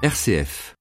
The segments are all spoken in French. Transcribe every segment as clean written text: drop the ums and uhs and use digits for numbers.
RCF.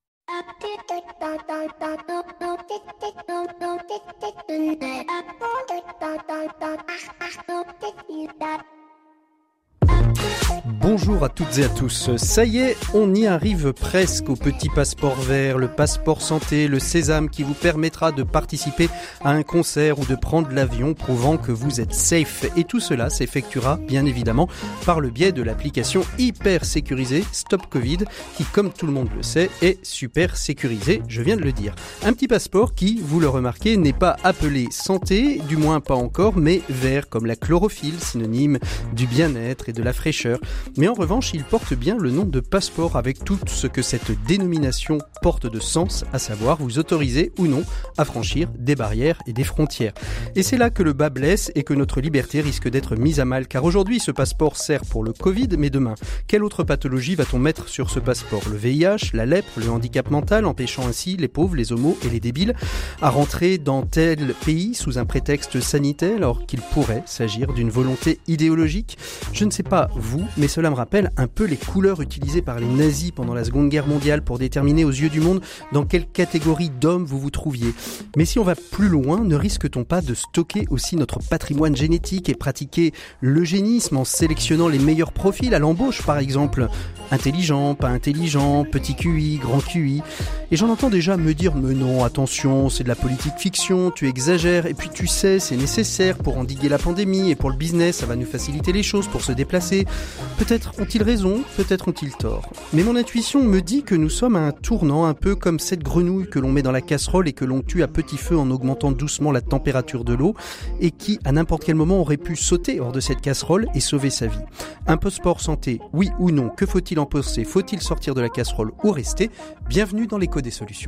Bonjour à toutes et à tous. Ça y est, on y arrive presque au petit passeport vert, le passeport santé, le sésame qui vous permettra de participer à un concert ou de prendre l'avion prouvant que vous êtes safe. Et tout cela s'effectuera bien évidemment par le biais de l'application hyper sécurisée Stop Covid qui, comme tout le monde le sait, est super sécurisée, je viens de le dire. Un petit passeport qui, vous le remarquez, n'est pas appelé santé, du moins pas encore, mais vert comme la chlorophylle, synonyme du bien-être et de la fraîcheur. Mais en revanche, il porte bien le nom de passeport avec tout ce que cette dénomination porte de sens, à savoir vous autoriser ou non à franchir des barrières et des frontières. Et c'est là que le bas blesse et que notre liberté risque d'être mise à mal, car aujourd'hui ce passeport sert pour le Covid, mais demain, quelle autre pathologie va-t-on mettre sur ce passeport ? Le VIH, la lèpre, le handicap mental, empêchant ainsi les pauvres, les homos et les débiles à rentrer dans tel pays sous un prétexte sanitaire, alors qu'il pourrait s'agir d'une volonté idéologique ? Je ne sais pas vous, mais cela me rappelle un peu les couleurs utilisées par les nazis pendant la Seconde Guerre mondiale pour déterminer aux yeux du monde dans quelle catégorie d'hommes vous vous trouviez. Mais si on va plus loin, ne risque-t-on pas de stocker aussi notre patrimoine génétique et pratiquer l'eugénisme en sélectionnant les meilleurs profils à l'embauche par exemple ? Intelligent, pas intelligent, petit QI, grand QI. Et j'en entends déjà me dire « mais non, attention, c'est de la politique fiction, tu exagères, et puis tu sais, c'est nécessaire pour endiguer la pandémie et pour le business, ça va nous faciliter les choses pour se déplacer ». Peut-être ont-ils raison, peut-être ont-ils tort. Mais mon intuition me dit que nous sommes à un tournant, un peu comme cette grenouille que l'on met dans la casserole et que l'on tue à petit feu en augmentant doucement la température de l'eau et qui, à n'importe quel moment, aurait pu sauter hors de cette casserole et sauver sa vie. Un passeport santé, oui ou non, que faut-il en penser ? Faut-il sortir de la casserole ou rester ? Bienvenue dans l'écho des solutions.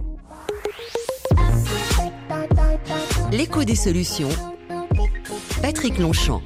L'écho des solutions. Patrick Longchamp.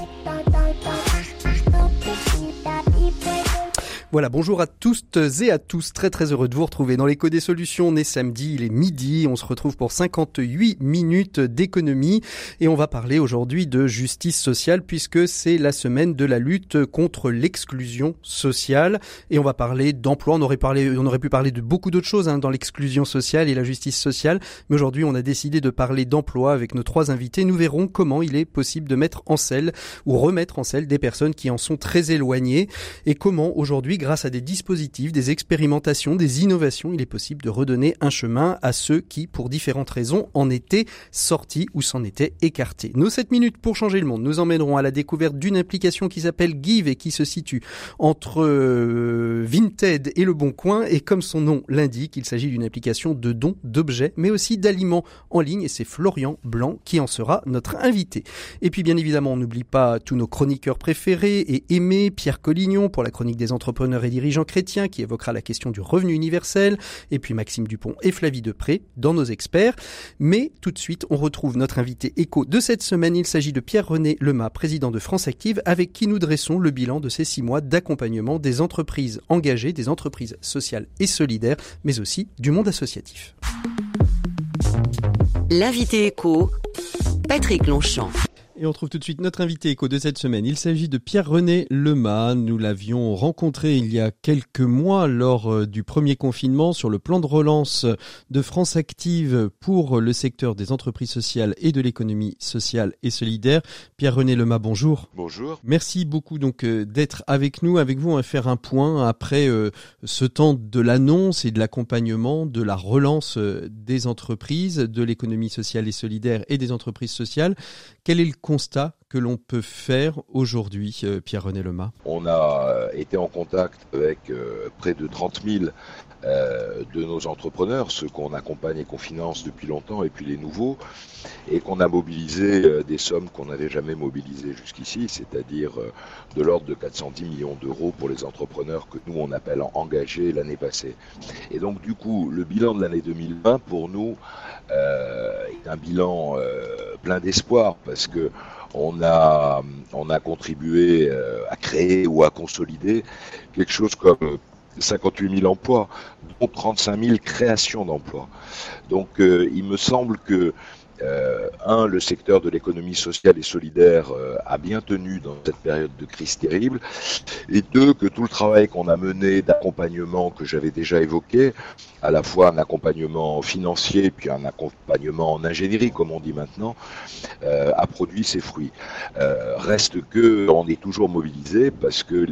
Voilà, bonjour à tous et à tous, très heureux de vous retrouver dans l'écho des solutions. On est samedi, il est midi, on se retrouve pour 58 minutes d'économie et on va parler aujourd'hui de justice sociale puisque c'est la semaine de la lutte contre l'exclusion sociale et on va parler d'emploi. On aurait pu parler de beaucoup d'autres choses dans l'exclusion sociale et la justice sociale, mais aujourd'hui on a décidé de parler d'emploi avec nos trois invités. Nous verrons comment il est possible de mettre en selle ou remettre en selle des personnes qui en sont très éloignées et comment aujourd'hui, grâce à des dispositifs, des expérimentations, des innovations, il est possible de redonner un chemin à ceux qui, pour différentes raisons, en étaient sortis ou s'en étaient écartés. Nos 7 minutes pour changer le monde nous emmèneront à la découverte d'une application qui s'appelle Give et qui se situe entre Vinted et Le Bon Coin. Et comme son nom l'indique, il s'agit d'une application de dons d'objets, mais aussi d'aliments en ligne. Et c'est Florian Blanc qui en sera notre invité. Et puis bien évidemment, on n'oublie pas tous nos chroniqueurs préférés et aimés. Pierre Collignon pour la chronique des entrepreneurs et dirigeants chrétiens qui évoquera la question du revenu universel, et puis Maxime Dupont et Flavie Depré dans nos experts. Mais tout de suite, on retrouve notre invité écho de cette semaine. Il s'agit de Pierre-René Lemas, président de France Active, avec qui nous dressons le bilan de ces 6 mois d'accompagnement des entreprises engagées, des entreprises sociales et solidaires, mais aussi du monde associatif. L'invité écho, Patrick Longchamp. Et on trouve tout de suite notre invité écho de cette semaine. Il s'agit de Pierre-René Lemas. Nous l'avions rencontré il y a quelques mois lors du premier confinement sur le plan de relance de France Active pour le secteur des entreprises sociales et de l'économie sociale et solidaire. Pierre-René Lemas, bonjour. Bonjour. Merci beaucoup d'être avec nous. Avec vous, on va faire un point après ce temps de l'annonce et de l'accompagnement, de la relance des entreprises, de l'économie sociale et solidaire et des entreprises sociales. Quel est le constat que l'on peut faire aujourd'hui, Pierre-René Lemas ? On a été en contact avec près de 30 000 de nos entrepreneurs, ceux qu'on accompagne et qu'on finance depuis longtemps, et puis les nouveaux, et qu'on a mobilisé des sommes qu'on n'avait jamais mobilisées jusqu'ici, c'est-à-dire de l'ordre de 410 millions d'euros pour les entrepreneurs que nous on appelle engagés l'année passée. Et donc du coup, le bilan de l'année 2020 pour nous est un bilan plein d'espoir, parce que on a contribué à créer ou à consolider quelque chose comme 58 000 emplois, dont 35 000 créations d'emplois. Donc il me semble que Le secteur de l'économie sociale et solidaire a bien tenu dans cette période de crise terrible, et deux, que tout le travail qu'on a mené d'accompagnement que j'avais déjà évoqué, à la fois un accompagnement financier puis un accompagnement en ingénierie, comme on dit maintenant, a produit ses fruits. Reste que on est toujours mobilisé parce que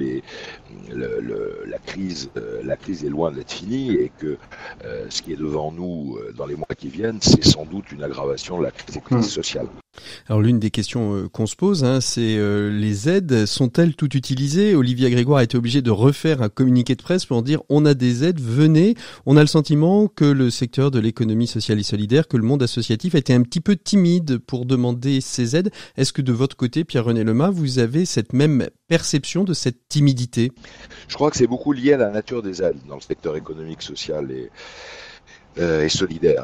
la crise est loin d'être finie, et que ce qui est devant nous dans les mois qui viennent, c'est sans doute une aggravation de la crise sociale. Alors l'une des questions qu'on se pose, c'est les aides sont-elles toutes utilisées ? Olivier Grégoire a été obligé de refaire un communiqué de presse pour dire on a des aides, venez. On a le sentiment que le secteur de l'économie sociale et solidaire, que le monde associatif était un petit peu timide pour demander ces aides. Est-ce que de votre côté, Pierre-René Lemas, vous avez cette même perception de cette timidité ? Je crois que c'est beaucoup lié à la nature des aides dans le secteur économique, social et solidaire.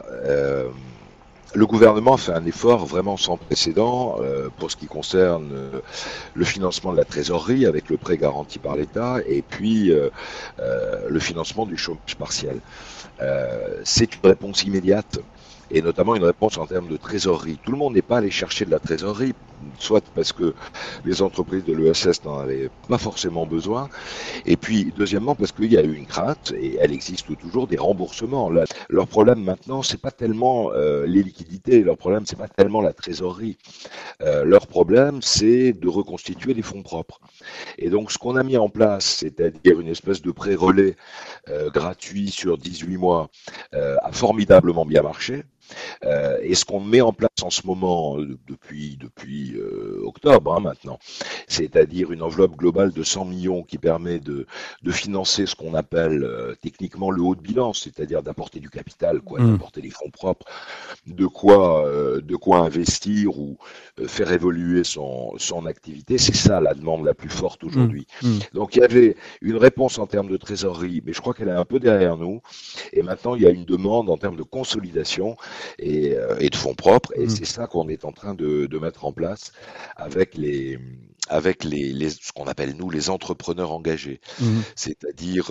Le gouvernement fait un effort vraiment sans précédent pour ce qui concerne le financement de la trésorerie avec le prêt garanti par l'État, et puis le financement du chômage partiel. C'est une réponse immédiate, et notamment une réponse en termes de trésorerie. Tout le monde n'est pas allé chercher de la trésorerie, soit parce que les entreprises de l'ESS n'en avaient pas forcément besoin, et puis deuxièmement parce qu'il y a eu une crainte, et elle existe toujours, des remboursements. Là, leur problème maintenant, c'est pas tellement les liquidités, leur problème c'est pas tellement la trésorerie. Leur problème c'est de reconstituer les fonds propres. Et donc ce qu'on a mis en place, c'est-à-dire une espèce de prêt relais gratuit sur 18 mois, a formidablement bien marché. Et ce qu'on met en place en ce moment depuis octobre maintenant, c'est-à-dire une enveloppe globale de 100 millions qui permet de financer ce qu'on appelle techniquement le haut de bilan, c'est-à-dire d'apporter du capital, d'apporter des fonds propres, de quoi investir ou faire évoluer son activité. C'est ça la demande la plus forte aujourd'hui. Donc il y avait une réponse en termes de trésorerie, mais je crois qu'elle est un peu derrière nous, et maintenant il y a une demande en termes de consolidation et de fonds propres, et c'est ça qu'on est en train de mettre en place avec ce qu'on appelle nous les entrepreneurs engagés, c'est-à-dire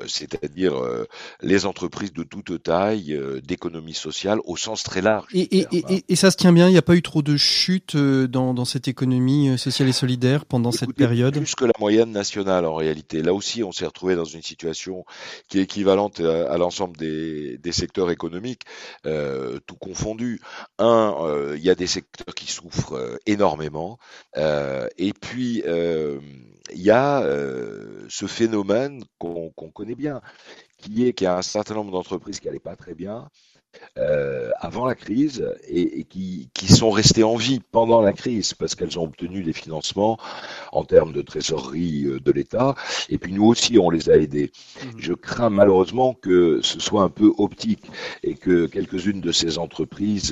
les entreprises de toute taille, d'économie sociale au sens très large. Et ça se tient bien, il n'y a pas eu trop de chute dans cette économie sociale et solidaire pendant cette période ? Plus que la moyenne nationale en réalité. Là aussi, on s'est retrouvé dans une situation qui est équivalente à l'ensemble des secteurs économiques, tout confondu. Il y a des secteurs qui souffrent énormément, et puis il y a ce phénomène qu'on connaît bien, qui est qu'il y a un certain nombre d'entreprises qui n'allaient pas très bien avant la crise, et qui sont restées en vie pendant la crise parce qu'elles ont obtenu des financements en termes de trésorerie de l'État, et puis nous aussi on les a aidés. Je crains malheureusement que ce soit un peu optique et que quelques-unes de ces entreprises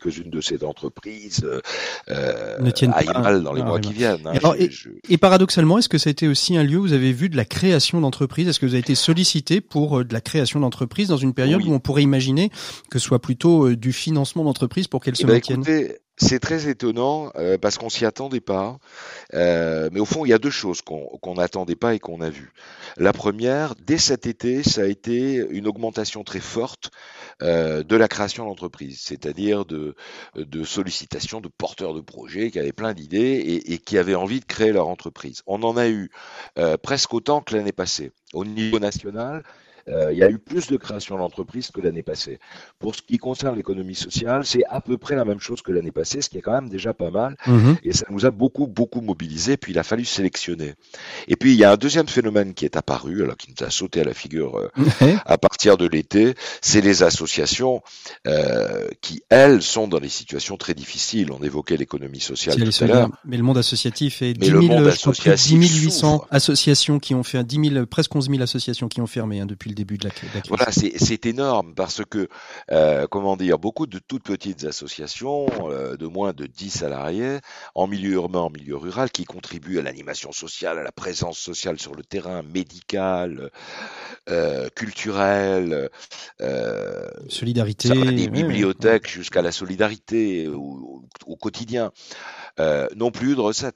aillent mal dans les mois qui viennent. Alors, et paradoxalement, est-ce que ça a été aussi un lieu où vous avez vu de la création d'entreprises ? Est-ce que vous avez été sollicité pour de la création d'entreprises dans une période où on pourrait imaginer que ce soit plutôt du financement d'entreprises pour qu'elles se maintiennent ? Écoutez, c'est très étonnant parce qu'on s'y attendait pas. Mais au fond, il y a deux choses qu'on n'attendait pas et qu'on a vues. La première, dès cet été, ça a été une augmentation très forte de la création d'entreprises, c'est-à-dire de sollicitations de porteurs de projets qui avaient plein d'idées et qui avaient envie de créer leur entreprise. On en a eu presque autant que l'année passée. Au niveau national, il y a eu plus de création d'entreprises que l'année passée. Pour ce qui concerne l'économie sociale, c'est à peu près la même chose que l'année passée, ce qui est quand même déjà pas mal. Et ça nous a beaucoup mobilisés, puis il a fallu sélectionner. Et puis il y a un deuxième phénomène qui est apparu, alors qui nous a sauté à la figure à partir de l'été, c'est les associations qui, elles, sont dans des situations très difficiles. On évoquait l'économie sociale tout à l'heure. Mais le monde associatif est 10 800 associations qui ont fait presque 11 000 associations qui ont fermé depuis le début de la crise. Voilà, c'est énorme parce que, beaucoup de toutes petites associations de moins de 10 salariés en milieu urbain, en milieu rural, qui contribuent à l'animation sociale, à la présence sociale sur le terrain, médical, culturel, solidarité, ça va des bibliothèques jusqu'à la solidarité au quotidien, n'ont plus eu de recettes.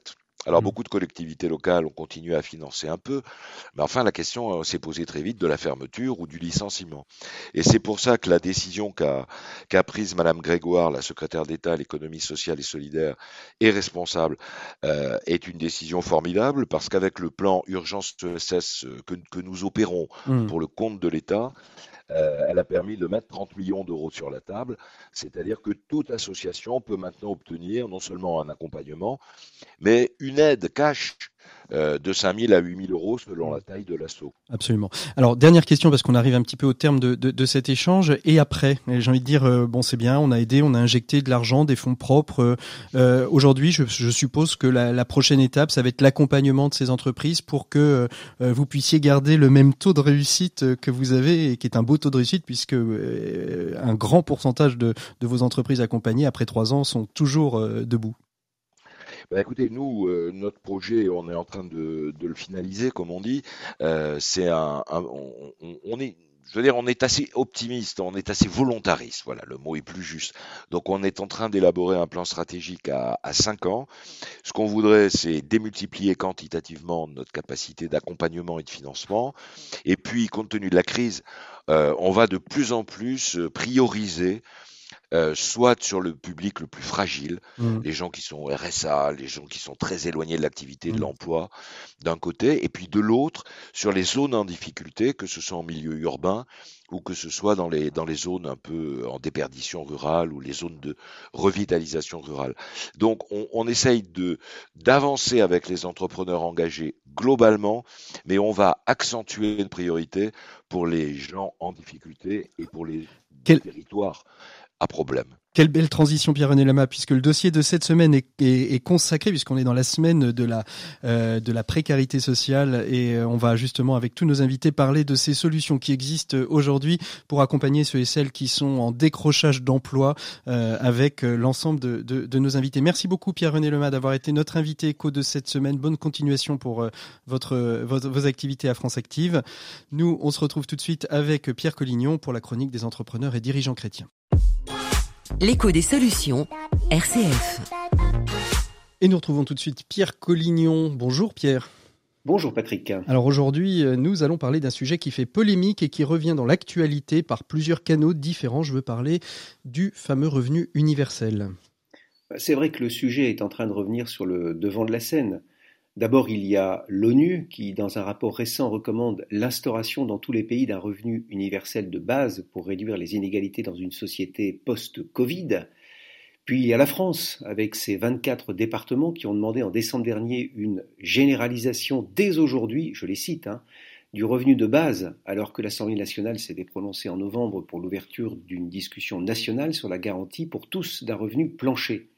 Alors beaucoup de collectivités locales ont continué à financer un peu, mais enfin la question s'est posée très vite de la fermeture ou du licenciement. Et c'est pour ça que la décision qu'a prise Madame Grégoire, la secrétaire d'État à l'économie sociale et solidaire et responsable, est une décision formidable parce qu'avec le plan urgence ESS que nous opérons Mmh. pour le compte de l'État, elle a permis de mettre 30 millions d'euros sur la table, c'est-à-dire que toute association peut maintenant obtenir non seulement un accompagnement, mais une aide cash de 5 000 à 8 000 euros selon la taille de l'asso. Absolument. Alors, dernière question, parce qu'on arrive un petit peu au terme de cet échange. Et après, j'ai envie de dire, bon, c'est bien, on a aidé, on a injecté de l'argent, des fonds propres. Aujourd'hui, je suppose que la prochaine étape, ça va être l'accompagnement de ces entreprises pour que vous puissiez garder le même taux de réussite que vous avez, et qui est un beau taux de réussite, puisque un grand pourcentage de vos entreprises accompagnées, après 3 ans, sont toujours debout. Bah, écoutez, nous, notre projet, on est en train de le finaliser, comme on dit. C'est on est, je veux dire, on est assez optimiste, on est assez volontariste. Voilà, le mot est plus juste. Donc, on est en train d'élaborer un plan stratégique à 5 ans. Ce qu'on voudrait, c'est démultiplier quantitativement notre capacité d'accompagnement et de financement. Et puis, compte tenu de la crise, on va de plus en plus prioriser soit sur le public le plus fragile, Mmh. les gens qui sont au RSA, les gens qui sont très éloignés de l'activité de Mmh. l'emploi, d'un côté, et puis de l'autre, sur les zones en difficulté, que ce soit en milieu urbain ou que ce soit dans les zones un peu en déperdition rurale ou les zones de revitalisation rurale. Donc, on essaye d'avancer avec les entrepreneurs engagés globalement, mais on va accentuer une priorité pour les gens en difficulté et pour les Quel, territoires à problème. Quelle belle transition, Pierre-René Lama, puisque le dossier de cette semaine est consacré, puisqu'on est dans la semaine de la précarité sociale, et on va justement, avec tous nos invités, parler de ces solutions qui existent aujourd'hui pour accompagner ceux et celles qui sont en décrochage d'emploi, avec l'ensemble de nos invités. Merci beaucoup, Pierre-René Lama, d'avoir été notre invité éco de cette semaine. Bonne continuation pour vos activités à France Active. Nous, on se retrouve tout de suite avec Pierre Collignon pour la chronique des entrepreneurs et dirigeants chrétiens. L'écho des solutions, RCF. Et nous retrouvons tout de suite Pierre Collignon. Bonjour Pierre. Bonjour Patrick. Alors aujourd'hui, nous allons parler d'un sujet qui fait polémique et qui revient dans l'actualité par plusieurs canaux différents. Je veux parler du fameux revenu universel. C'est vrai que le sujet est en train de revenir sur le devant de la scène. D'abord, il y a l'ONU qui, dans un rapport récent, recommande l'instauration dans tous les pays d'un revenu universel de base pour réduire les inégalités dans une société post-Covid. Puis il y a la France, avec ses 24 départements qui ont demandé en décembre dernier une généralisation dès aujourd'hui, je les cite, du revenu de base, alors que l'Assemblée nationale s'était prononcée en novembre pour l'ouverture d'une discussion nationale sur la garantie pour tous d'un revenu plancher.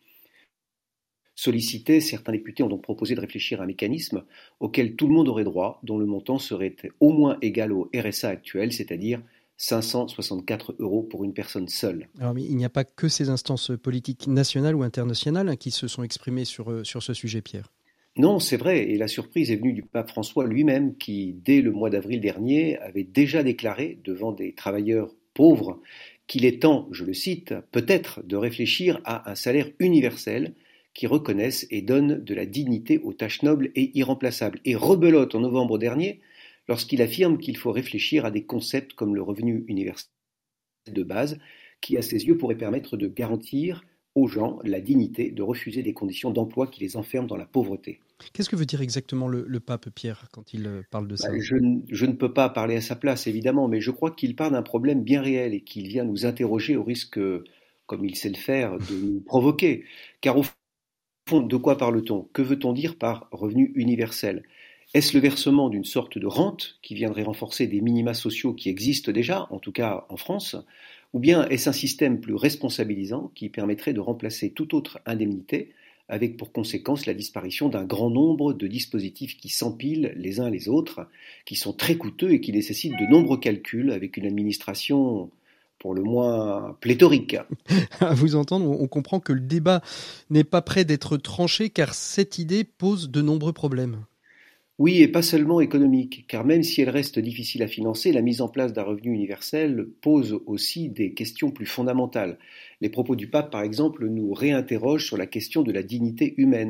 Sollicités, certains députés ont donc proposé de réfléchir à un mécanisme auquel tout le monde aurait droit, dont le montant serait au moins égal au RSA actuel, c'est-à-dire 564 € pour une personne seule. Alors, mais il n'y a pas que ces instances politiques nationales ou internationales qui se sont exprimées sur ce sujet, Pierre. Non, c'est vrai, et la surprise est venue du pape François lui-même qui, dès le mois d'avril dernier, avait déjà déclaré devant des travailleurs pauvres qu'il est temps, je le cite, peut-être de réfléchir à un salaire universel qui reconnaissent et donnent de la dignité aux tâches nobles et irremplaçables. Et rebelote en novembre dernier lorsqu'il affirme qu'il faut réfléchir à des concepts comme le revenu universel de base qui, à ses yeux, pourrait permettre de garantir aux gens la dignité de refuser des conditions d'emploi qui les enferment dans la pauvreté. Qu'est-ce que veut dire exactement le pape Pierre quand il parle de ça ? Je ne peux pas parler à sa place, évidemment, mais je crois qu'il parle d'un problème bien réel et qu'il vient nous interroger au risque, comme il sait le faire, de nous provoquer. Car au fond, de quoi parle-t-on ? Que veut-on dire par revenu universel ? Est-ce le versement d'une sorte de rente qui viendrait renforcer des minima sociaux qui existent déjà, en tout cas en France ? Ou bien est-ce un système plus responsabilisant qui permettrait de remplacer toute autre indemnité, avec pour conséquence la disparition d'un grand nombre de dispositifs qui s'empilent les uns les autres, qui sont très coûteux et qui nécessitent de nombreux calculs avec une administration pour le moins pléthorique. À vous entendre, on comprend que le débat n'est pas prêt d'être tranché car cette idée pose de nombreux problèmes. Oui, et pas seulement économique, car même si elle reste difficile à financer, la mise en place d'un revenu universel pose aussi des questions plus fondamentales. Les propos du pape, par exemple, nous réinterrogent sur la question de la dignité humaine.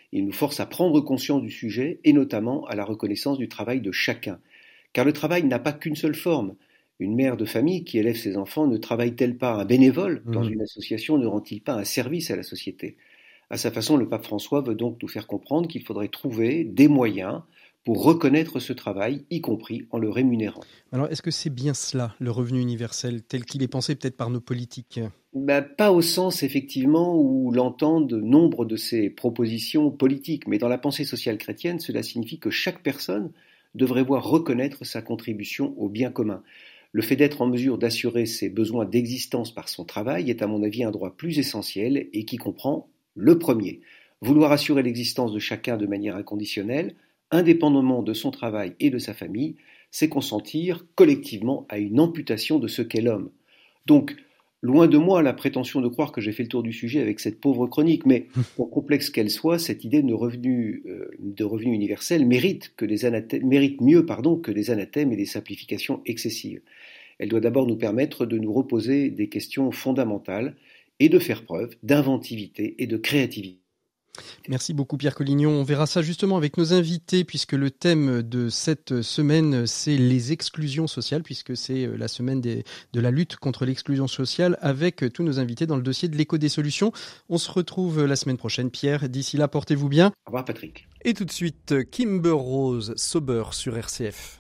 Il nous force à prendre conscience du sujet et notamment à la reconnaissance du travail de chacun. Car le travail n'a pas qu'une seule forme. Une mère de famille qui élève ses enfants ne travaille-t-elle pas un bénévole dans une association, ne rend-il pas un service à la société ? À sa façon, le pape François veut donc nous faire comprendre qu'il faudrait trouver des moyens pour reconnaître ce travail, y compris en le rémunérant. Alors, est-ce que c'est bien cela, le revenu universel, tel qu'il est pensé peut-être par nos politiques ? Pas au sens, effectivement, où l'entendent nombre de ces propositions politiques, mais dans la pensée sociale chrétienne, cela signifie que chaque personne devrait voir reconnaître sa contribution au bien commun. Le fait d'être en mesure d'assurer ses besoins d'existence par son travail est à mon avis un droit plus essentiel et qui comprend le premier. Vouloir assurer l'existence de chacun de manière inconditionnelle, indépendamment de son travail et de sa famille, c'est consentir collectivement à une amputation de ce qu'est l'homme. Donc, loin de moi la prétention de croire que j'ai fait le tour du sujet avec cette pauvre chronique, mais pour complexe qu'elle soit, cette idée de revenu universel mérite mieux que des anathèmes et des simplifications excessives. Elle doit d'abord nous permettre de nous reposer des questions fondamentales et de faire preuve d'inventivité et de créativité. Merci beaucoup Pierre Collignon. On verra ça justement avec nos invités puisque le thème de cette semaine c'est les exclusions sociales puisque c'est la semaine de la lutte contre l'exclusion sociale avec tous nos invités dans le dossier de l'écho des solutions. On se retrouve la semaine prochaine Pierre. D'ici là, portez-vous bien. Au revoir Patrick. Et tout de suite Kimber Rose, Sober sur RCF.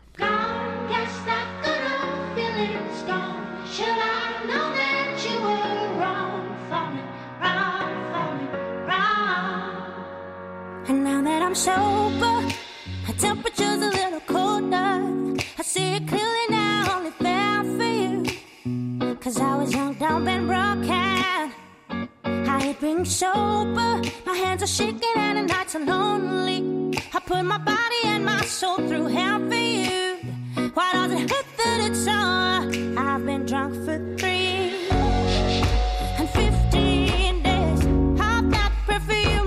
And now that I'm sober, my temperature's a little colder. I see it clearly now, only fair for you. 'Cause I was young, dumb and broken. I hate being sober, my hands are shaking and the nights are lonely. I put my body and my soul through hell for you. Why does it hurt that it's all? I've been drunk for 3 and 15 days. I've got perfume.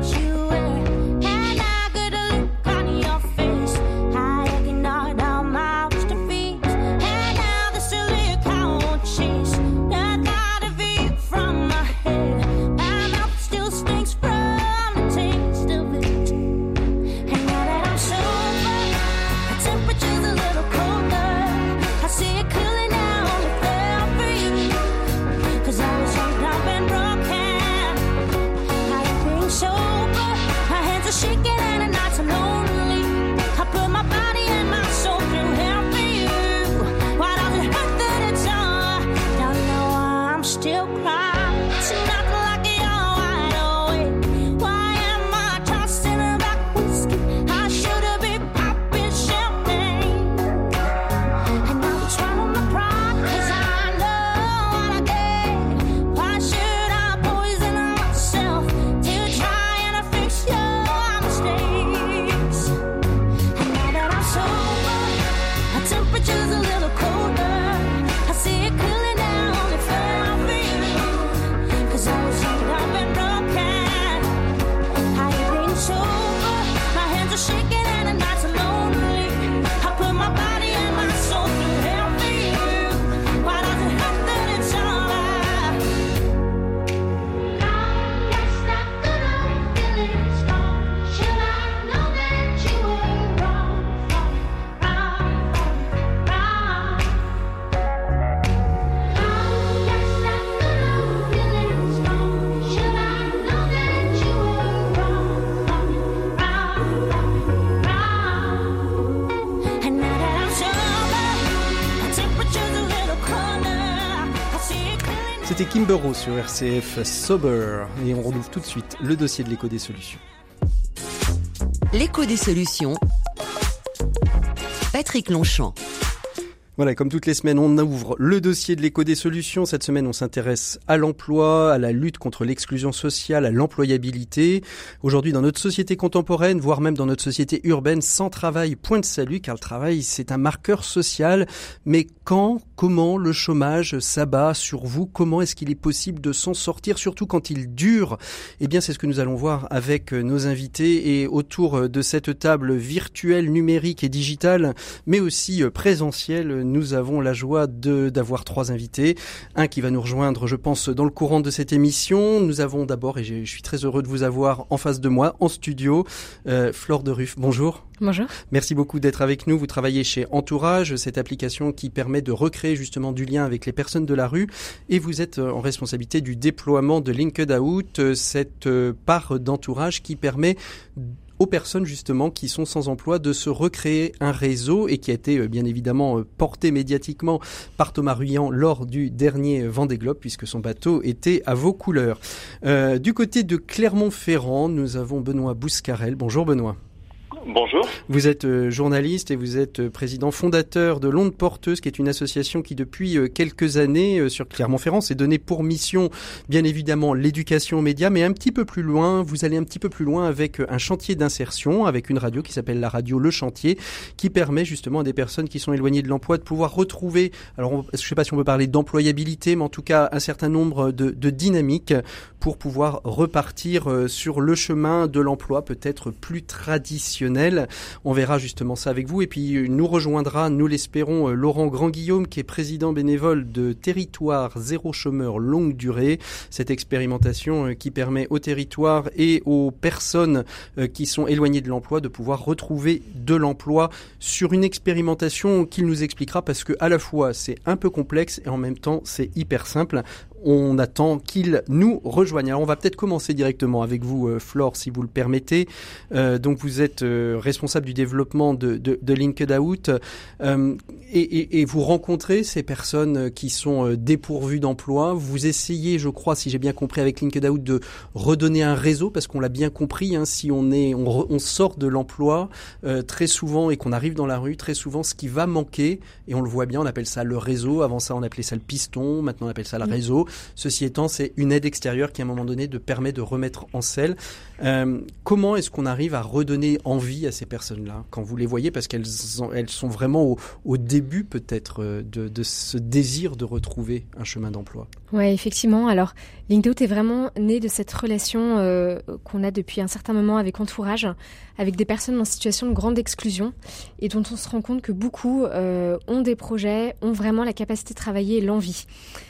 C'était Kimber Rose sur RCF Sober et on retrouve tout de suite le dossier de l'écho des solutions. L'écho des solutions. Patrick Longchamp. Voilà, comme toutes les semaines, on ouvre le dossier de l'écho des solutions. Cette semaine, on s'intéresse à l'emploi, à la lutte contre l'exclusion sociale, à l'employabilité. Aujourd'hui, dans notre société contemporaine, voire même dans notre société urbaine, sans travail, point de salut, car le travail, c'est un marqueur social. Mais comment le chômage s'abat sur vous? Comment est-ce qu'il est possible de s'en sortir, surtout quand il dure? Eh bien, c'est ce que nous allons voir avec nos invités et autour de cette table virtuelle, numérique et digitale, mais aussi présentielle. nous avons la joie d'avoir 3 invités. Un qui va nous rejoindre, je pense, dans le courant de cette émission. Nous avons d'abord, et je suis très heureux de vous avoir en face de moi, en studio, Flore de Ruff. Bonjour. Bonjour. Merci beaucoup d'être avec nous. Vous travaillez chez Entourage, cette application qui permet de recréer justement du lien avec les personnes de la rue. Et vous êtes en responsabilité du déploiement de Linked Out, cette part d'Entourage qui permet aux personnes justement qui sont sans emploi de se recréer un réseau et qui a été bien évidemment porté médiatiquement par Thomas Ruyant lors du dernier Vendée Globe puisque son bateau était à vos couleurs. Du côté de Clermont-Ferrand, nous avons Benoît Bouscarel. Bonjour Benoît. Bonjour. Vous êtes journaliste et vous êtes président fondateur de l'Onde Porteuse, qui est une association qui depuis quelques années sur Clermont-Ferrand s'est donnée pour mission, bien évidemment, l'éducation aux médias, mais un petit peu plus loin, vous allez un petit peu plus loin avec un chantier d'insertion, avec une radio qui s'appelle la radio Le Chantier, qui permet justement à des personnes qui sont éloignées de l'emploi de pouvoir retrouver, alors je ne sais pas si on peut parler d'employabilité, mais en tout cas un certain nombre de dynamiques pour pouvoir repartir sur le chemin de l'emploi peut-être plus traditionnel. On verra justement ça avec vous. Et puis nous rejoindra, nous l'espérons, Laurent Grand-Guillaume, qui est président bénévole de Territoire Zéro Chômeur Longue Durée. Cette expérimentation qui permet aux territoires et aux personnes qui sont éloignées de l'emploi de pouvoir retrouver de l'emploi sur une expérimentation qu'il nous expliquera parce que à la fois c'est un peu complexe et en même temps c'est hyper simple. On attend qu'il nous rejoigne. Alors on va peut-être commencer directement avec vous, Flore, si vous le permettez. Donc vous êtes responsable du développement de Linked Out et vous rencontrez ces personnes qui sont dépourvues d'emploi. Vous essayez, je crois, si j'ai bien compris, avec Linked Out de redonner un réseau parce qu'on l'a bien compris. Hein, si on sort de l'emploi très souvent et qu'on arrive dans la rue, très souvent, ce qui va manquer, et on le voit bien, on appelle ça le réseau. Avant ça, on appelait ça le piston. Maintenant, on appelle ça le réseau. Ceci étant, c'est une aide extérieure qui, à un moment donné, permet de remettre en selle. Comment est-ce qu'on arrive à redonner envie à ces personnes-là quand vous les voyez, parce qu'elles sont vraiment au début peut-être de ce désir de retrouver un chemin d'emploi? Ouais, effectivement. Alors, Linked Out est vraiment né de cette relation qu'on a depuis un certain moment avec Entourage, avec des personnes en situation de grande exclusion et dont on se rend compte que beaucoup ont des projets, ont vraiment la capacité de travailler et l'envie.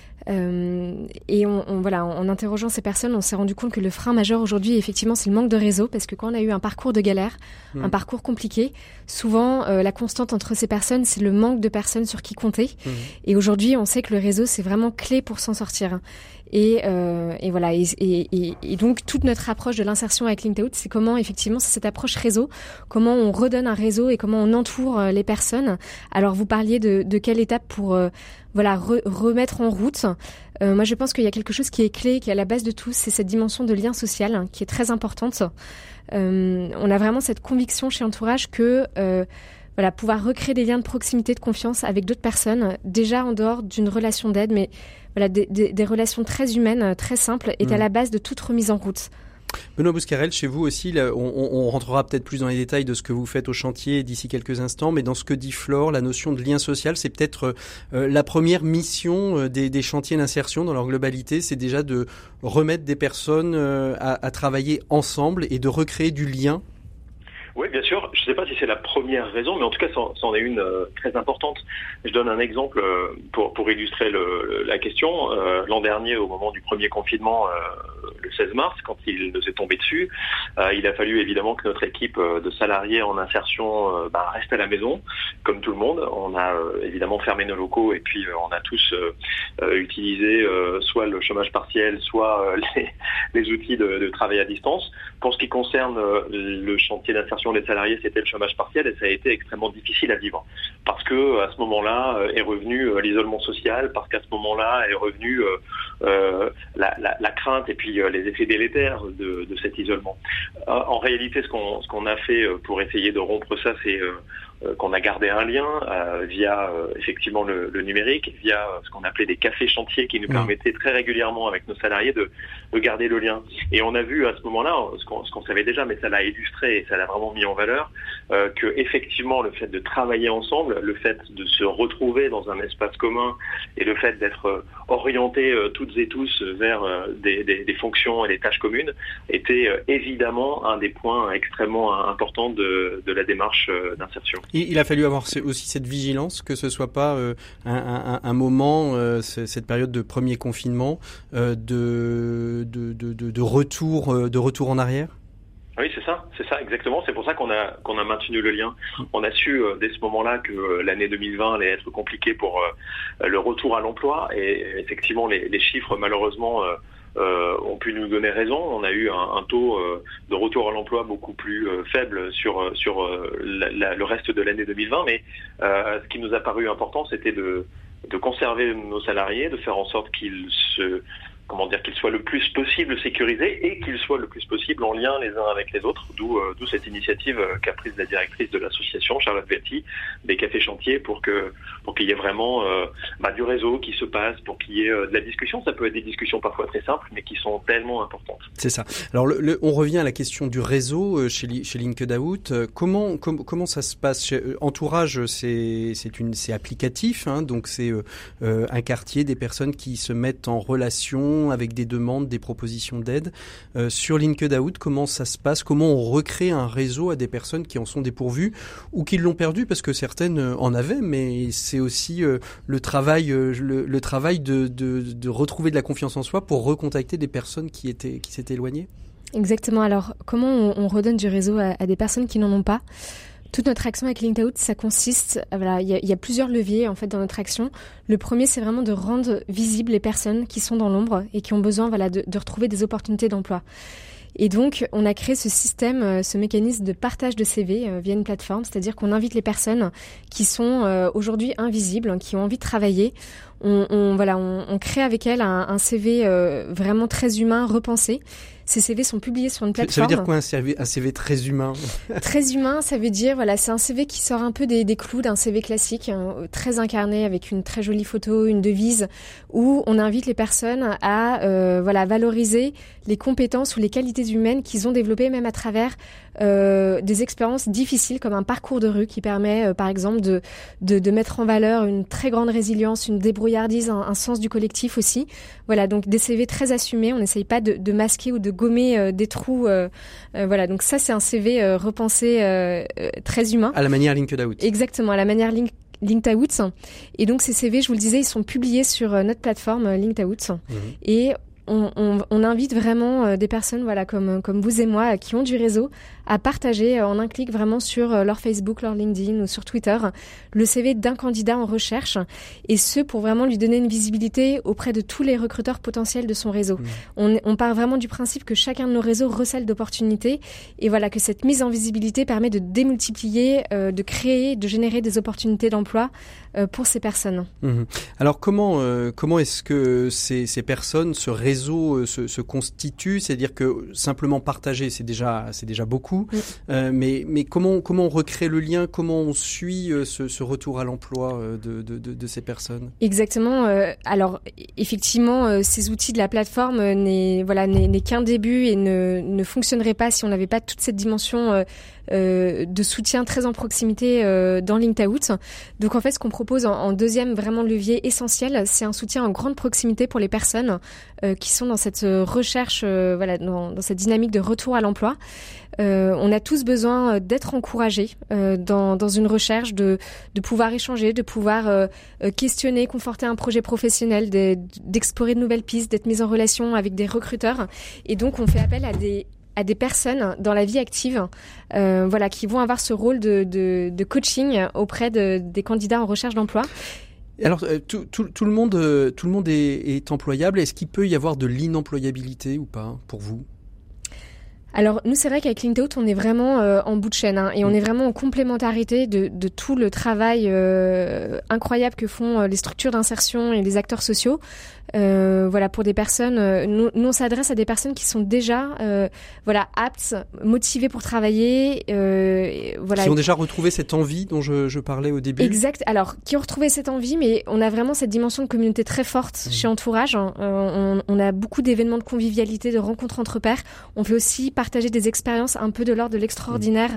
Et en interrogeant ces personnes, on s'est rendu compte que le frein majeur aujourd'hui, effectivement, c'est le manque de réseau, parce que quand on a eu un parcours de galère, un parcours compliqué, souvent la constante entre ces personnes, c'est le manque de personnes sur qui compter. Et aujourd'hui, on sait que le réseau, c'est vraiment clé pour s'en sortir. Et donc toute notre approche de l'insertion avec Linked Out, c'est comment effectivement c'est cette approche réseau, comment on redonne un réseau et comment on entoure les personnes. Alors vous parliez de quelle étape pour remettre en route. Moi je pense qu'il y a quelque chose qui est clé, qui est à la base de tout, c'est cette dimension de lien social qui est très importante. On a vraiment cette conviction chez Entourage que pouvoir recréer des liens de proximité, de confiance avec d'autres personnes, déjà en dehors d'une relation d'aide, mais des relations très humaines, très simples, est à la base de toute remise en route. Benoît Bouscarel, chez vous aussi, là, on rentrera peut-être plus dans les détails de ce que vous faites au chantier d'ici quelques instants, mais dans ce que dit Flore, la notion de lien social, c'est peut-être la première mission des chantiers d'insertion dans leur globalité, c'est déjà de remettre des personnes à travailler ensemble et de recréer du lien. Oui, bien sûr. Je ne sais pas si c'est la première raison, mais en tout cas, c'en est une très importante. Je donne un exemple pour illustrer la question. L'an dernier, au moment du premier confinement, le 16 mars, quand il nous est tombé dessus, il a fallu évidemment que notre équipe de salariés en insertion reste à la maison, comme tout le monde. On a évidemment fermé nos locaux et puis on a tous utilisé soit le chômage partiel, soit les outils de travail à distance. Pour ce qui concerne le chantier d'insertion des salariés, c'était le chômage partiel et ça a été extrêmement difficile à vivre parce que à ce moment-là est revenu l'isolement social, parce qu'à ce moment-là est revenu la crainte et puis les effets délétères de cet isolement. En réalité, ce qu'on a fait pour essayer de rompre ça, c'est qu'on a gardé un lien via effectivement le numérique, via ce qu'on appelait des cafés chantiers qui nous permettaient très régulièrement avec nos salariés de garder le lien. Et on a vu à ce moment-là, ce qu'on savait déjà, mais ça l'a illustré et ça l'a vraiment mis en valeur, que effectivement le fait de travailler ensemble, le fait de se retrouver dans un espace commun et le fait d'être orientés toutes et tous vers des fonctions et des tâches communes était évidemment un des points extrêmement importants de la démarche d'insertion. Il a fallu avoir aussi cette vigilance, que ce soit pas un moment, cette période de premier confinement, de retour en arrière. Oui, c'est ça exactement. C'est pour ça qu'on a maintenu le lien. On a su dès ce moment-là que l'année 2020 allait être compliquée pour le retour à l'emploi, et effectivement les chiffres malheureusement ont pu nous donner raison. On a eu un taux de retour à l'emploi beaucoup plus faible sur le reste de l'année 2020, mais ce qui nous a paru important, c'était de conserver nos salariés, de faire en sorte qu'ils soient le plus possible sécurisés et qu'ils soient le plus possible en lien les uns avec les autres, d'où cette initiative qu'a prise la directrice de l'association, Charlotte Verti, des cafés chantiers, pour qu'il y ait vraiment du réseau qui se passe, pour qu'il y ait de la discussion. Ça peut être des discussions parfois très simples, mais qui sont tellement importantes. C'est ça. Alors on revient à la question du réseau chez LinkedOut. Comment ça se passe chez Entourage? C'est applicatif, hein, donc c'est un quartier, des personnes qui se mettent en relation avec des demandes, des propositions d'aide. Sur LinkedOut, comment ça se passe? Comment on recrée un réseau à des personnes qui en sont dépourvues ou qui l'ont perdu, parce que certaines en avaient, mais c'est aussi le travail de retrouver de la confiance en soi pour recontacter des personnes qui s'étaient éloignées. Exactement. Alors, comment on redonne du réseau à des personnes qui n'en ont pas? Toute notre action avec LinkedOut, ça consiste, il y a plusieurs leviers en fait dans notre action. Le premier, c'est vraiment de rendre visibles les personnes qui sont dans l'ombre et qui ont besoin de retrouver des opportunités d'emploi. Et donc, on a créé ce système, ce mécanisme de partage de CV via une plateforme, c'est-à-dire qu'on invite les personnes qui sont aujourd'hui invisibles, qui ont envie de travailler. On crée avec elles un CV vraiment très humain, repensé. Ces CV sont publiés sur une plateforme. Ça veut dire quoi un CV très humain? Très humain, ça veut dire c'est un CV qui sort un peu des clous d'un CV classique, très incarné, avec une très jolie photo, une devise, où on invite les personnes à valoriser les compétences ou les qualités humaines qu'ils ont développées, même à travers des expériences difficiles, comme un parcours de rue qui permet par exemple de mettre en valeur une très grande résilience, une débrouillardise, un sens du collectif aussi. Voilà, donc des CV très assumés. On n'essaye pas de masquer ou de gommer des trous. Donc ça, c'est un CV repensé très humain. À la manière LinkedOut. Exactement, à la manière LinkedOut. Et donc ces CV, je vous le disais, ils sont publiés sur notre plateforme LinkedOut. Et on invite vraiment des personnes comme vous et moi qui ont du réseau à partager en un clic vraiment sur leur Facebook, leur LinkedIn ou sur Twitter le CV d'un candidat en recherche, et ce pour vraiment lui donner une visibilité auprès de tous les recruteurs potentiels de son réseau. On part vraiment du principe que chacun de nos réseaux recèle d'opportunités, et que cette mise en visibilité permet de démultiplier, de créer, de générer des opportunités d'emploi pour ces personnes. Alors comment est-ce que ces personnes, ce réseau se constitue? C'est-à-dire que simplement partager, c'est déjà beaucoup. Mais comment on recrée le lien? Comment on suit ce retour à l'emploi de ces personnes? Exactement. Alors effectivement, ces outils de la plateforme n'est qu'un début et ne fonctionnerait pas si on n'avait pas toute cette dimension de soutien très en proximité dans LinkedOut. Donc en fait, ce qu'on propose en deuxième vraiment levier essentiel, c'est un soutien en grande proximité pour les personnes qui sont dans cette recherche, dans cette dynamique de retour à l'emploi. On a tous besoin d'être encouragés dans une recherche, de pouvoir échanger, de pouvoir questionner, conforter un projet professionnel, d'explorer de nouvelles pistes, d'être mis en relation avec des recruteurs. Et donc on fait appel à des personnes dans la vie active, qui vont avoir ce rôle de coaching auprès des candidats en recherche d'emploi. Alors, tout le monde est employable. Est-ce qu'il peut y avoir de l'inemployabilité ou pas pour vous? Alors nous, c'est vrai qu'avec LinkedOut, on est vraiment en bout de chaîne, et on est vraiment en complémentarité de tout le travail incroyable que font les structures d'insertion et les acteurs sociaux. Pour des personnes, nous on s'adresse à des personnes qui sont déjà aptes, motivées pour travailler, qui ont déjà retrouvé cette envie dont je parlais au début. Exact. Alors qui ont retrouvé cette envie, mais on a vraiment cette dimension de communauté très forte chez Entourage. On a beaucoup d'événements de convivialité, de rencontres entre pairs. On fait aussi partager des expériences un peu de l'ordre de l'extraordinaire,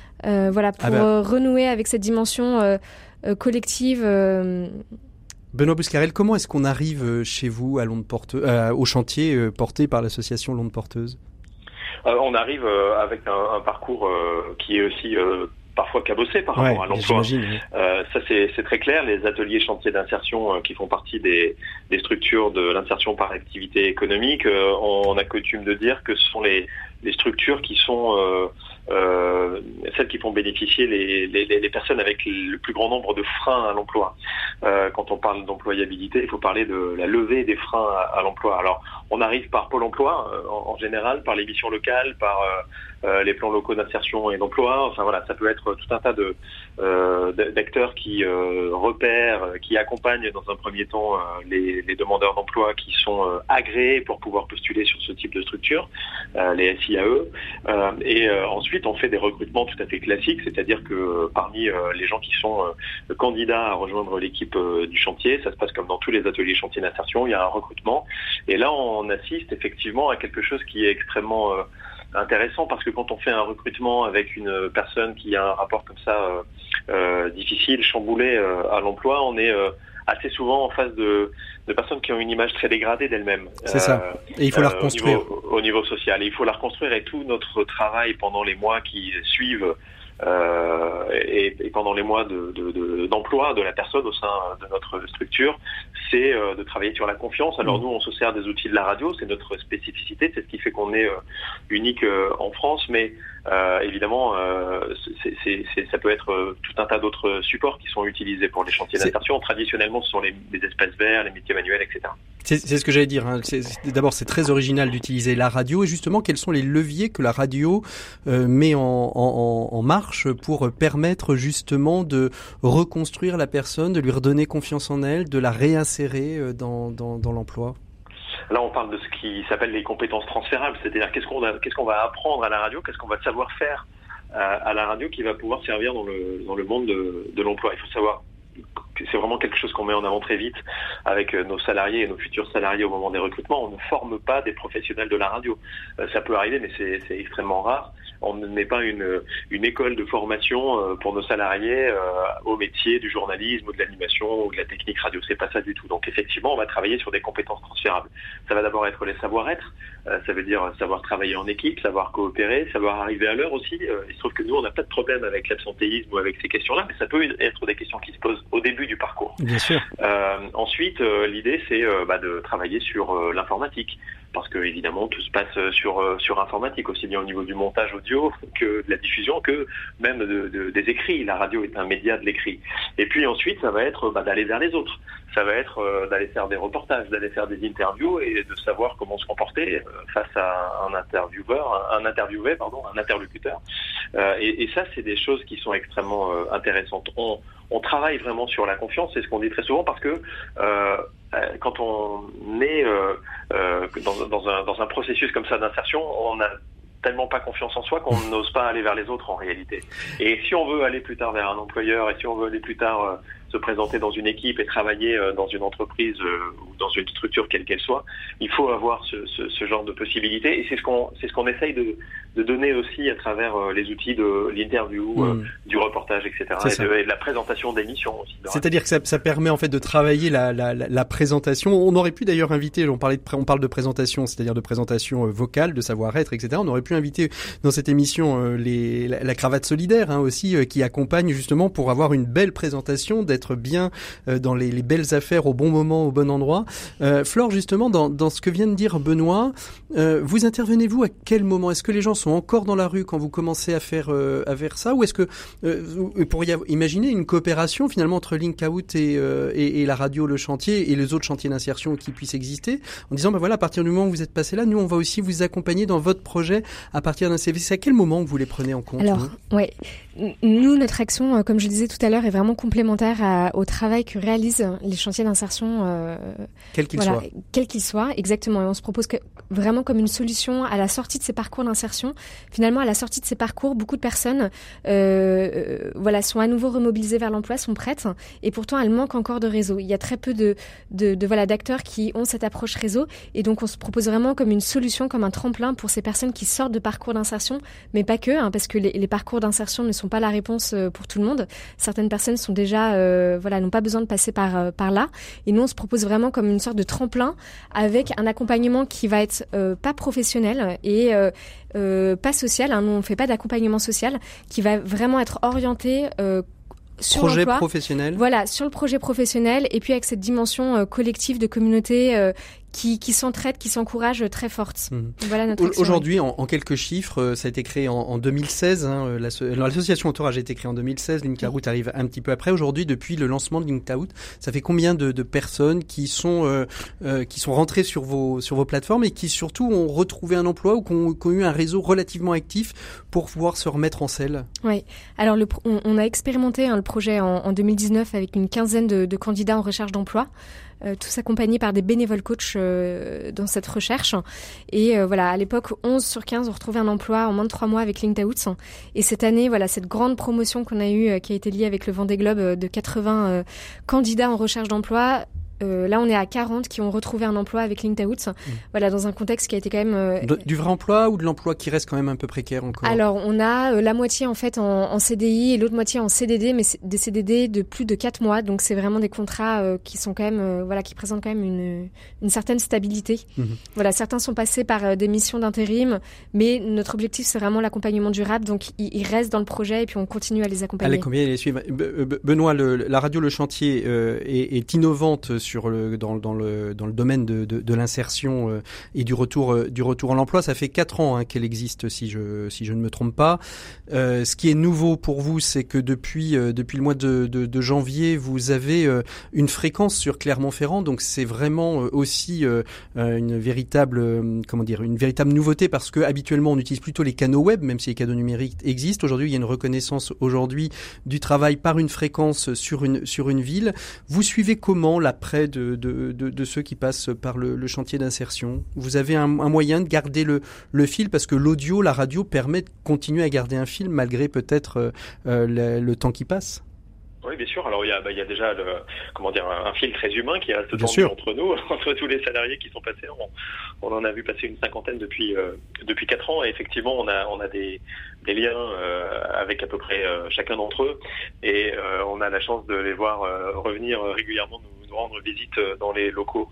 renouer avec cette dimension collective. Benoît Buscarel, comment est-ce qu'on arrive chez vous à Londe Porteuse, au chantier porté par l'association Londe Porteuse? On arrive avec un parcours qui est aussi parfois cabossé par rapport à l'emploi. Oui. Ça c'est très clair. Les ateliers chantiers d'insertion qui font partie des structures de l'insertion par activité économique, on a coutume de dire que ce sont les structures qui sont celles qui font bénéficier les personnes avec le plus grand nombre de freins à l'emploi. Quand on parle d'employabilité, il faut parler de la levée des freins à l'emploi. Alors, on arrive par Pôle emploi, en général, par les missions locales, par les plans locaux d'insertion et d'emploi. Enfin voilà, ça peut être tout un tas d'acteurs qui repèrent, qui accompagnent dans un premier temps les demandeurs d'emploi qui sont agréés pour pouvoir postuler sur ce type de structure, les SIAE. Et ensuite, on fait des recrutements tout à fait classiques, c'est-à-dire que parmi les gens qui sont candidats à rejoindre l'équipe du chantier, ça se passe comme dans tous les ateliers chantiers d'insertion, il y a un recrutement. Et là, on assiste effectivement à quelque chose qui est extrêmement intéressant, parce que quand on fait un recrutement avec une personne qui a un rapport comme ça difficile, chamboulé à l'emploi, on est assez souvent en face de personnes qui ont une image très dégradée d'elles-mêmes. C'est ça. Et il faut la reconstruire. Au niveau social. Et il faut la reconstruire, et tout notre travail pendant les mois qui suivent et pendant les mois d'emploi de la personne au sein de notre structure, c'est de travailler sur la confiance. Alors nous, on se sert des outils de la radio, c'est notre spécificité, c'est ce qui fait qu'on est unique en France, mais évidemment, ça peut être tout un tas d'autres supports qui sont utilisés pour les chantiers d'insertion. Traditionnellement, ce sont les espaces verts, les métiers manuels, etc. C'est ce que j'allais dire. Hein. D'abord, c'est très original d'utiliser la radio. Et justement, quels sont les leviers que la radio met en marche pour permettre justement de reconstruire la personne, de lui redonner confiance en elle, de la réinsérer dans l'emploi? Là, on parle de ce qui s'appelle les compétences transférables, c'est-à-dire qu'est-ce qu'on va apprendre à la radio, qu'est-ce qu'on va savoir faire à la radio qui va pouvoir servir dans le monde de l'emploi. Il faut savoir que c'est vraiment quelque chose qu'on met en avant très vite avec nos salariés et nos futurs salariés au moment des recrutements. On ne forme pas des professionnels de la radio. Ça peut arriver, mais c'est extrêmement rare. On ne met pas une école de formation pour nos salariés au métier du journalisme ou de l'animation ou de la technique radio. C'est pas ça du tout. Donc effectivement, on va travailler sur des compétences transférables. Ça va d'abord être les savoir-être. Ça veut dire savoir travailler en équipe, savoir coopérer, savoir arriver à l'heure aussi. Il se trouve que nous, on n'a pas de problème avec l'absentéisme ou avec ces questions-là, mais ça peut être des questions qui se posent au début du parcours. Bien sûr. Ensuite, l'idée, c'est de travailler sur l'informatique. Parce que évidemment tout se passe sur informatique, aussi bien au niveau du montage audio que de la diffusion, que même des écrits. La radio est un média de l'écrit. Et puis ensuite, ça va être d'aller vers les autres. Ça va être d'aller faire des reportages, d'aller faire des interviews et de savoir comment se comporter face à un interlocuteur. Et ça, c'est des choses qui sont extrêmement intéressantes. On travaille vraiment sur la confiance, c'est ce qu'on dit très souvent, parce que quand on est dans un processus comme ça d'insertion, on n'a tellement pas confiance en soi qu'on n'ose pas aller vers les autres en réalité. Et si on veut aller plus tard vers un employeur, et si on veut aller plus tard se présenter dans une équipe et travailler dans une entreprise ou dans une structure quelle qu'elle soit, il faut avoir ce genre de possibilités. Et c'est ce qu'on essaye de donner aussi à travers les outils de l'interview, du reportage, etc. Et de la présentation d'émissions aussi. C'est-à-dire que ça permet en fait de travailler la présentation. On aurait pu d'ailleurs inviter, on parle de présentation, c'est-à-dire de présentation vocale, de savoir-être, etc. On aurait pu inviter dans cette émission la cravate solidaire aussi, qui accompagne justement pour avoir une belle présentation, d'être bien dans les belles affaires au bon moment, au bon endroit. Flore, justement, dans ce que vient de dire Benoît, vous intervenez-vous à quel moment? Est-ce que les gens sont encore dans la rue quand vous commencez à faire ça, ou est-ce que vous pourriez imaginer une coopération finalement entre Link-Out et la radio Le Chantier et les autres chantiers d'insertion qui puissent exister, en disant voilà, à partir du moment où vous êtes passé là, nous on va aussi vous accompagner dans votre projet à partir d'un CV. C'est à quel moment que vous les prenez en compte? Alors, nous, notre action, comme je le disais tout à l'heure, est vraiment complémentaire au travail que réalisent les chantiers d'insertion. Quel qu'il soit, exactement. Et on se propose vraiment comme une solution à la sortie de ces parcours d'insertion. Finalement, à la sortie de ces parcours, beaucoup de personnes sont à nouveau remobilisées vers l'emploi, sont prêtes, et pourtant elles manquent encore de réseau. Il y a très peu d'acteurs qui ont cette approche réseau, et donc on se propose vraiment comme une solution, comme un tremplin pour ces personnes qui sortent de parcours d'insertion, mais pas que, parce que les parcours d'insertion ne sont sont pas la réponse pour tout le monde. Certaines personnes sont déjà, n'ont pas besoin de passer par là. Et nous, on se propose vraiment comme une sorte de tremplin avec un accompagnement qui va être pas professionnel et pas social. Nous, on fait pas d'accompagnement social, qui va vraiment être orienté sur projet l'emploi. Professionnel. Voilà, sur le projet professionnel, et puis avec cette dimension collective de communauté qui s'entraide, qui s'encourage très forte. Voilà notre action. Aujourd'hui, en quelques chiffres, ça a été créé en 2016. L'association Entourage a été créée en 2016. Linked Out arrive un petit peu après. Aujourd'hui, depuis le lancement de Linked Out, ça fait combien de personnes qui sont rentrées sur vos plateformes et qui surtout ont retrouvé un emploi ou qui ont eu un réseau relativement actif pour pouvoir se remettre en selle? Oui. Alors, on a expérimenté le projet en 2019 avec une quinzaine de candidats en recherche d'emploi. Tous accompagnés par des bénévoles coachs dans cette recherche. Et à l'époque, 11 sur 15 ont retrouvé un emploi en moins de 3 mois avec Linked Out. Et cette année, cette grande promotion qu'on a eue, qui a été liée avec le Vendée Globe, de 80 candidats en recherche d'emploi. Là, on est à 40 qui ont retrouvé un emploi avec Linked Out. Dans un contexte qui a été quand même... Du vrai emploi ou de l'emploi qui reste quand même un peu précaire encore? Alors, on a la moitié en fait en CDI et l'autre moitié en CDD, mais c'est des CDD de plus de 4 mois. Donc, c'est vraiment des contrats qui sont quand même, qui présentent quand même une certaine stabilité. Certains sont passés par des missions d'intérim, mais notre objectif, c'est vraiment l'accompagnement durable. Donc, ils restent dans le projet et puis on continue à les accompagner. Allez, combien les suivre? Benoît, la radio Le Chantier est innovante dans le domaine de l'insertion et du retour à l'emploi. Ça fait 4 ans qu'elle existe, si je ne me trompe pas. Ce qui est nouveau pour vous, c'est que depuis le mois de janvier, vous avez une fréquence sur Clermont-Ferrand. Donc c'est vraiment aussi une véritable nouveauté, parce que habituellement on utilise plutôt les canaux web, même si les canaux numériques existent. Aujourd'hui, il y a une reconnaissance du travail par une fréquence sur une ville. Vous suivez comment l'après de ceux qui passent par le chantier d'insertion? Vous avez un moyen de garder le fil, parce que l'audio, la radio permet de continuer à garder un fil malgré peut-être le temps qui passe? Oui, bien sûr. Alors il y a déjà un fil très humain qui reste tendu entre nous, entre tous les salariés qui sont passés. On en a vu passer une cinquantaine depuis 4 ans, et effectivement on a des liens avec à peu près chacun d'entre eux, et on a la chance de les voir revenir régulièrement nous rendre visite dans les locaux.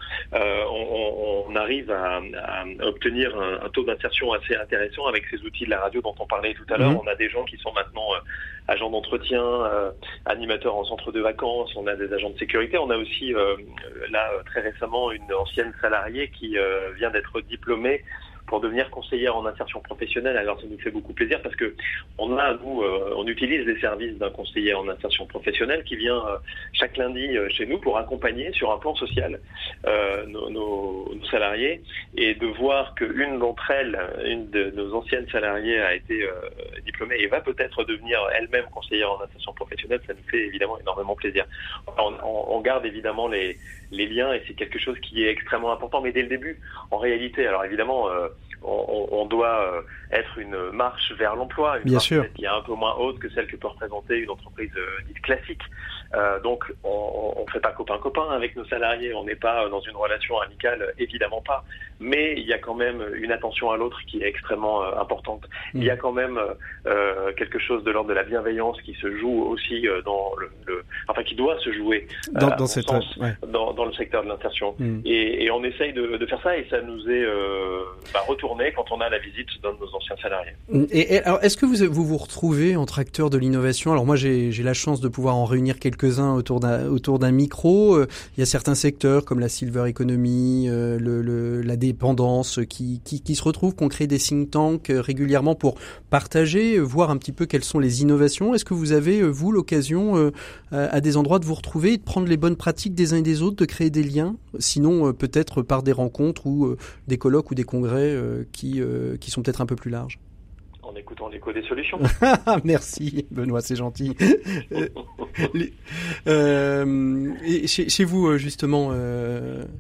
On arrive à obtenir un taux d'insertion assez intéressant avec ces outils de la radio dont on parlait tout à l'heure. On a des gens qui sont maintenant agents d'entretien, animateurs en centre de vacances, on a des agents de sécurité, on a aussi très récemment une ancienne salariée qui vient d'être diplômée pour devenir conseillère en insertion professionnelle. Alors ça nous fait beaucoup plaisir, parce que on utilise les services d'un conseiller en insertion professionnelle qui vient chaque lundi chez nous pour accompagner sur un plan social nos salariés, et de voir qu'une d'entre elles, une de nos anciennes salariées, a été diplômée et va peut-être devenir elle-même conseillère en insertion professionnelle, ça nous fait évidemment énormément plaisir. On garde évidemment les liens, et c'est quelque chose qui est extrêmement important, mais dès le début, en réalité. Alors évidemment, on doit être une marche vers l'emploi, une marche qui est un peu moins haute que celle que peut représenter une entreprise dite classique. Donc on fait pas copain-copain avec nos salariés, on n'est pas dans une relation amicale, évidemment pas, mais il y a quand même une attention à l'autre qui est extrêmement importante. Il y a quand même quelque chose de l'ordre de la bienveillance qui se joue aussi qui doit se jouer dans le secteur de l'insertion. Et on essaye de faire ça, et ça nous est retourné quand on a la visite d'un de nos anciens salariés. Et alors, est-ce que vous retrouvez entre acteurs de l'innovation? Alors moi, j'ai la chance de pouvoir en réunir quelques-uns autour d'un micro. Il y a certains secteurs comme la silver economy, la dépendance qui se retrouvent, qu'on crée des think tanks régulièrement pour partager, voir un petit peu quelles sont les innovations. Est-ce que vous avez, vous, l'occasion à des endroits de vous retrouver et de prendre les bonnes pratiques des uns et des autres, de créer des liens? Sinon, peut-être par des rencontres ou des colloques ou des congrès qui sont peut-être un peu plus larges. En écoutant l'écho des solutions. Merci Benoît, c'est gentil. Et chez vous, justement...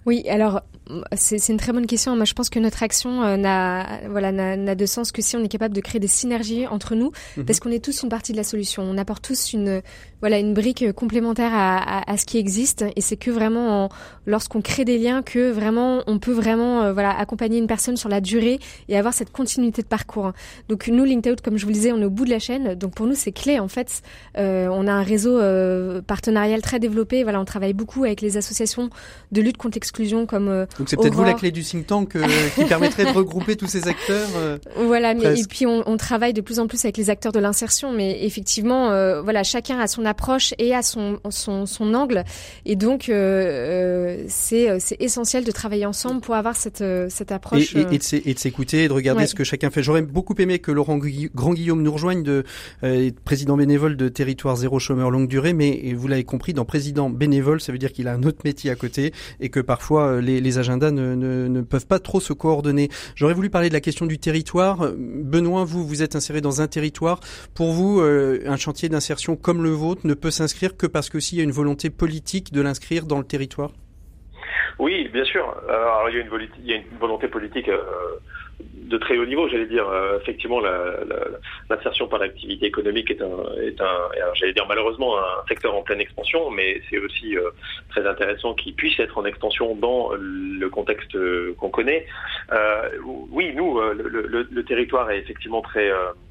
Oui, alors c'est une très bonne question. Moi, je pense que notre action n'a de sens que si on est capable de créer des synergies entre nous, parce qu'on est tous une partie de la solution. On apporte tous une brique complémentaire à ce qui existe, et c'est que vraiment lorsqu'on crée des liens que vraiment on peut vraiment accompagner une personne sur la durée et avoir cette continuité de parcours. Donc nous, LinkedIn, comme je vous le disais, on est au bout de la chaîne. Donc pour nous, c'est clé en fait. On a un réseau partenarial très développé. Voilà, on travaille beaucoup avec les associations de lutte contre l'exclusion comme donc c'est peut-être vous la clé du think tank qui permettrait de regrouper tous ces acteurs. Voilà, et puis on travaille de plus en plus avec les acteurs de l'insertion, mais effectivement, chacun a son approche et a son angle, et donc c'est essentiel de travailler ensemble pour avoir cette approche et de s'écouter et de regarder ce que chacun fait. J'aurais beaucoup aimé que Laurent Grand-Guillaume nous rejoigne, président bénévole de Territoire Zéro Chômeur Longue Durée, mais vous l'avez compris, dans président bénévole, ça veut dire qu'il a un autre métier à côté et que parfois les agendas ne peuvent pas trop se coordonner. J'aurais voulu parler de la question du territoire. Benoît, vous êtes inséré dans un territoire. Pour vous, un chantier d'insertion comme le vôtre ne peut s'inscrire que parce que s'il y a une volonté politique de l'inscrire dans le territoire? Oui, bien sûr. Alors, il y a une volonté politique de très haut niveau, j'allais dire. Effectivement, l'insertion par l'activité économique est alors, j'allais dire malheureusement un secteur en pleine expansion, mais c'est aussi très intéressant qu'il puisse être en expansion dans le contexte qu'on connaît. Oui, nous, le territoire est effectivement très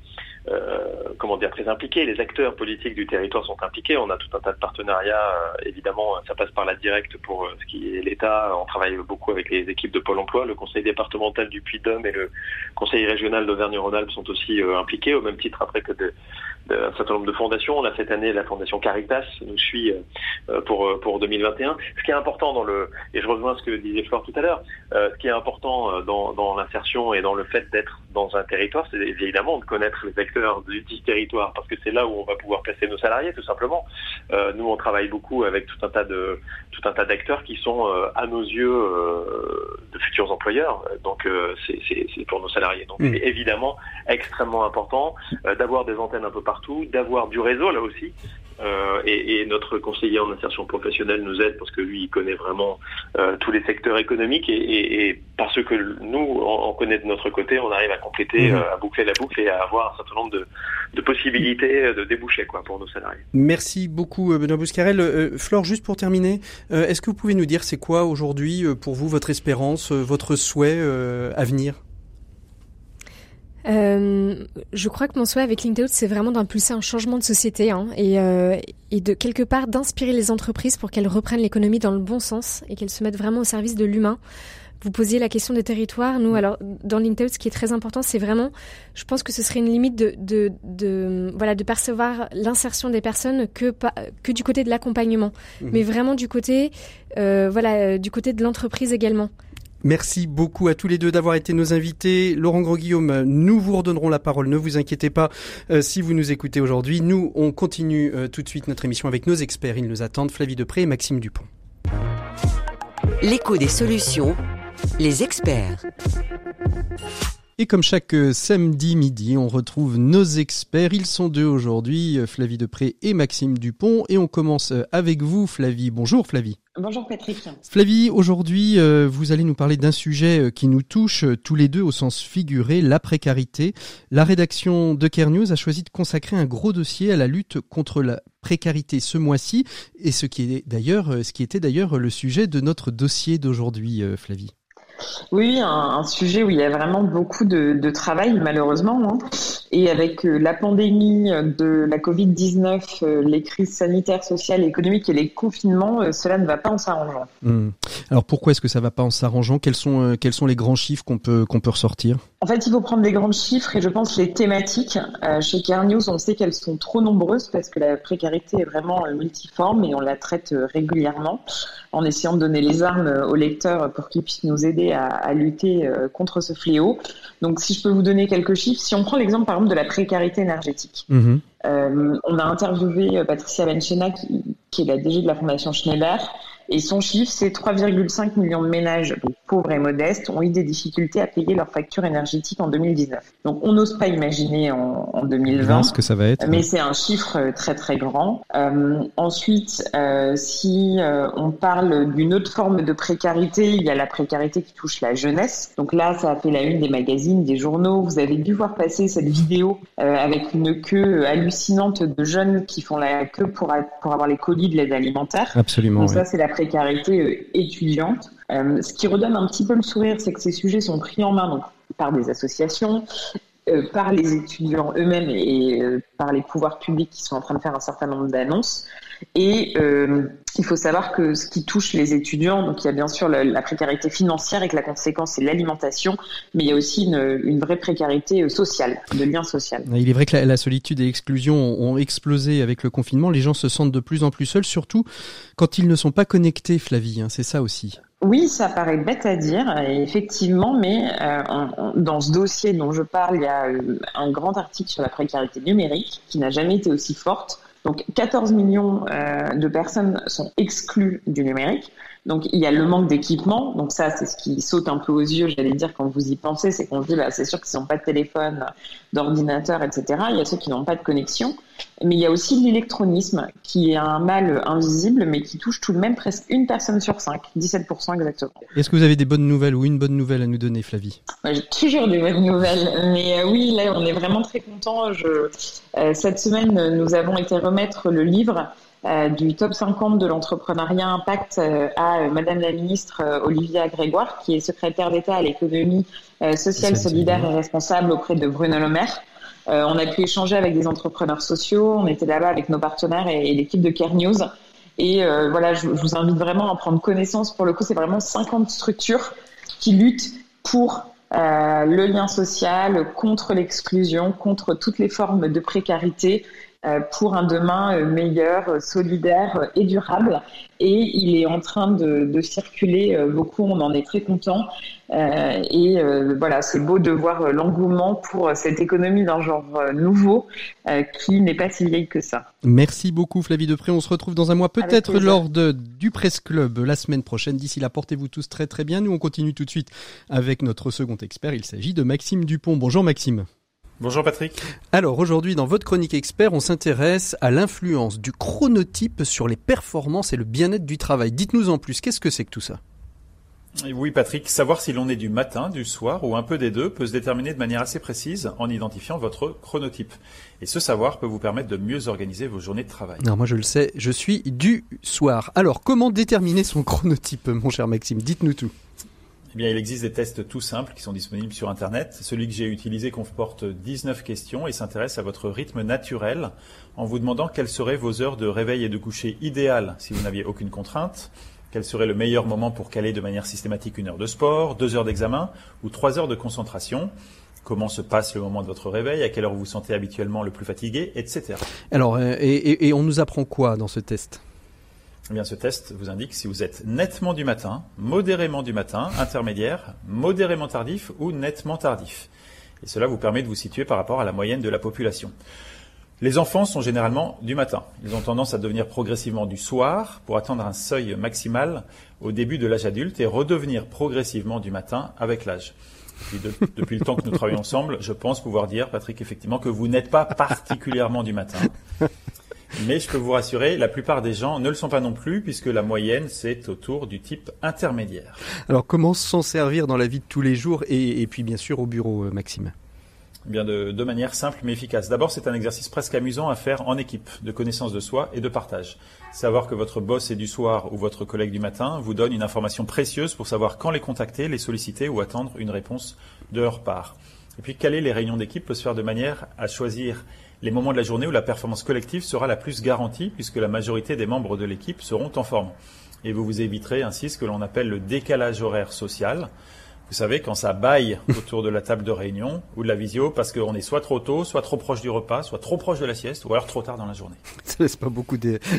très impliqués. Les acteurs politiques du territoire sont impliqués. On a tout un tas de partenariats. Évidemment, ça passe par la directe pour ce qui est l'État. On travaille beaucoup avec les équipes de Pôle emploi. Le conseil départemental du Puy-de-Dôme et le conseil régional d'Auvergne-Rhône-Alpes sont aussi impliqués, au même titre après que un certain nombre de fondations. On a cette année la fondation Caritas nous suit pour 2021. Ce qui est important et je rejoins ce que disait Flore tout à l'heure, ce qui est important dans l'insertion et dans le fait d'être dans un territoire, c'est évidemment de connaître les acteurs du territoire, parce que c'est là où on va pouvoir placer nos salariés, tout simplement. Nous, on travaille beaucoup avec tout un tas d'acteurs qui sont à nos yeux de futurs employeurs. Donc c'est pour nos salariés. Donc c'est évidemment extrêmement important d'avoir des antennes un peu partout, d'avoir du réseau là aussi. Et notre conseiller en insertion professionnelle nous aide parce que lui, il connaît vraiment tous les secteurs économiques et parce que nous, on connaît de notre côté, on arrive à compléter, à boucler la boucle et à avoir un certain nombre de possibilités de débouchés pour nos salariés. Merci beaucoup Benoît Bouscarel. Flore, juste pour terminer, est-ce que vous pouvez nous dire c'est quoi aujourd'hui pour vous votre espérance, votre souhait à venir? Je crois que mon souhait avec LinkedIn, c'est vraiment d'impulser un changement de société et de quelque part d'inspirer les entreprises pour qu'elles reprennent l'économie dans le bon sens et qu'elles se mettent vraiment au service de l'humain. Vous posiez la question des territoires. Nous, alors, dans LinkedIn, ce qui est très important, c'est vraiment, je pense que ce serait une limite de percevoir l'insertion des personnes que du côté de l'accompagnement, mais vraiment du côté de l'entreprise également. Merci beaucoup à tous les deux d'avoir été nos invités. Laurent Grand-Guillaume, nous vous redonnerons la parole, ne vous inquiétez pas si vous nous écoutez aujourd'hui. Nous, on continue tout de suite notre émission avec nos experts. Ils nous attendent, Flavie Depré et Maxime Dupont. L'écho des solutions, les experts. Et comme chaque samedi midi, on retrouve nos experts. Ils sont deux aujourd'hui, Flavie Depré et Maxime Dupont. Et on commence avec vous, Flavie. Bonjour Flavie. Bonjour Patrick. Flavie, aujourd'hui, vous allez nous parler d'un sujet qui nous touche tous les deux au sens figuré, la précarité. La rédaction de Care News a choisi de consacrer un gros dossier à la lutte contre la précarité ce mois-ci, et ce qui était d'ailleurs le sujet de notre dossier d'aujourd'hui, Flavie. Oui, un sujet où il y a vraiment beaucoup de travail, malheureusement. Et avec la pandémie de la Covid-19, les crises sanitaires, sociales, économiques et les confinements, cela ne va pas en s'arrangeant. Alors pourquoi est-ce que ça ne va pas en s'arrangeant ? Quels sont les grands chiffres qu'on peut ressortir ? En fait, il faut prendre des grands chiffres et je pense les thématiques. Chez Care News, on sait qu'elles sont trop nombreuses parce que la précarité est vraiment multiforme et on la traite régulièrement en essayant de donner les armes aux lecteurs pour qu'ils puissent nous aider à lutter contre ce fléau. Donc, si je peux vous donner quelques chiffres, si on prend l'exemple par exemple de la précarité énergétique, on a interviewé Patricia Benchena qui est la DG de la Fondation Schneider. Et son chiffre, c'est 3,5 millions de ménages pauvres et modestes ont eu des difficultés à payer leurs factures énergétiques en 2019. Donc on n'ose pas imaginer en 2020 ce que ça va être. Mais c'est un chiffre très très grand. Ensuite, si on parle d'une autre forme de précarité, il y a la précarité qui touche la jeunesse. Donc là, ça a fait la une des magazines, des journaux. Vous avez dû voir passer cette vidéo avec une queue hallucinante de jeunes qui font la queue pour avoir les colis de l'aide alimentaire. Absolument. Donc oui. ça, c'est la précarité étudiante. Ce qui redonne un petit peu le sourire, c'est que ces sujets sont pris en main donc, par des associations, par les étudiants eux-mêmes et par les pouvoirs publics qui sont en train de faire un certain nombre d'annonces. Et il faut savoir que ce qui touche les étudiants, donc il y a bien sûr la précarité financière et que la conséquence c'est l'alimentation, mais il y a aussi une vraie précarité sociale, de lien social. Il est vrai que la solitude et l'exclusion ont explosé avec le confinement. Les gens se sentent de plus en plus seuls, surtout quand ils ne sont pas connectés, Flavie, c'est ça aussi. Oui, ça paraît bête à dire, effectivement, mais dans ce dossier dont je parle, il y a un grand article sur la précarité numérique qui n'a jamais été aussi forte. Donc 14 millions de personnes sont exclues du numérique. Donc il y a le manque d'équipement. Donc ça, c'est ce qui saute un peu aux yeux, j'allais dire, quand vous y pensez, c'est qu'on se dit, c'est sûr qu'ils n'ont pas de téléphone, d'ordinateur, etc. Il y a ceux qui n'ont pas de connexion. Mais il y a aussi l'électronisme, qui est un mal invisible, mais qui touche tout de même presque une personne sur 5, 17% exactement. Est-ce que vous avez des bonnes nouvelles ou une bonne nouvelle à nous donner, Flavie ? J'ai toujours des bonnes nouvelles, mais oui, là, on est vraiment très contents. Cette semaine, nous avons été remettre le livre du top 50 de l'entrepreneuriat impact à Madame la ministre Olivia Grégoire, qui est secrétaire d'État à l'économie sociale, solidaire et responsable auprès de Bruno Le Maire. On a pu échanger avec des entrepreneurs sociaux, on était là-bas avec nos partenaires et l'équipe de Care News. Et voilà, je vous invite vraiment à prendre connaissance. Pour le coup, c'est vraiment 50 structures qui luttent pour le lien social, contre l'exclusion, contre toutes les formes de précarité, pour un demain meilleur, solidaire et durable. Et il est en train de circuler beaucoup, on en est très contents. Voilà, c'est beau de voir l'engouement pour cette économie d'un genre nouveau qui n'est pas si vieille que ça. Merci beaucoup Flavie Depré, on se retrouve dans un mois peut-être lors du Presse Club la semaine prochaine. D'ici là, portez-vous tous très très bien. Nous on continue tout de suite avec notre second expert, il s'agit de Maxime Dupont. Bonjour Maxime. Bonjour Patrick. Alors aujourd'hui dans votre chronique expert, on s'intéresse à l'influence du chronotype sur les performances et le bien-être du travail. Dites-nous en plus, qu'est-ce que c'est que tout ça ? Oui Patrick, savoir si l'on est du matin, du soir ou un peu des deux peut se déterminer de manière assez précise en identifiant votre chronotype. Et ce savoir peut vous permettre de mieux organiser vos journées de travail. Non, moi je le sais, je suis du soir. Alors comment déterminer son chronotype, mon cher Maxime ? Dites-nous tout. Eh bien, il existe des tests tout simples qui sont disponibles sur Internet. Celui que j'ai utilisé comporte 19 questions et s'intéresse à votre rythme naturel en vous demandant quelles seraient vos heures de réveil et de coucher idéales si vous n'aviez aucune contrainte, quel serait le meilleur moment pour caler de manière systématique 1 heure de sport, 2 heures d'examen ou 3 heures de concentration, comment se passe le moment de votre réveil, à quelle heure vous vous sentez habituellement le plus fatigué, etc. Alors, et on nous apprend quoi dans ce test ? Eh bien, ce test vous indique si vous êtes nettement du matin, modérément du matin, intermédiaire, modérément tardif ou nettement tardif. Et cela vous permet de vous situer par rapport à la moyenne de la population. Les enfants sont généralement du matin. Ils ont tendance à devenir progressivement du soir pour atteindre un seuil maximal au début de l'âge adulte et redevenir progressivement du matin avec l'âge. Depuis le temps que nous travaillons ensemble, je pense pouvoir dire, Patrick, effectivement, que vous n'êtes pas particulièrement du matin. Mais je peux vous rassurer, la plupart des gens ne le sont pas non plus, puisque la moyenne, c'est autour du type intermédiaire. Alors, comment s'en servir dans la vie de tous les jours et puis, bien sûr, au bureau, Maxime ? Eh bien, de manière simple mais efficace. D'abord, c'est un exercice presque amusant à faire en équipe, de connaissance de soi et de partage. Savoir que votre boss est du soir ou votre collègue du matin vous donne une information précieuse pour savoir quand les contacter, les solliciter ou attendre une réponse de leur part. Et puis, caler les réunions d'équipe peut se faire de manière à choisir les moments de la journée où la performance collective sera la plus garantie puisque la majorité des membres de l'équipe seront en forme. Et vous vous éviterez ainsi ce que l'on appelle le décalage horaire social. Vous savez, quand ça bâille autour de la table de réunion ou de la visio parce qu'on est soit trop tôt, soit trop proche du repas, soit trop proche de la sieste ou alors trop tard dans la journée. Ça laisse pas beaucoup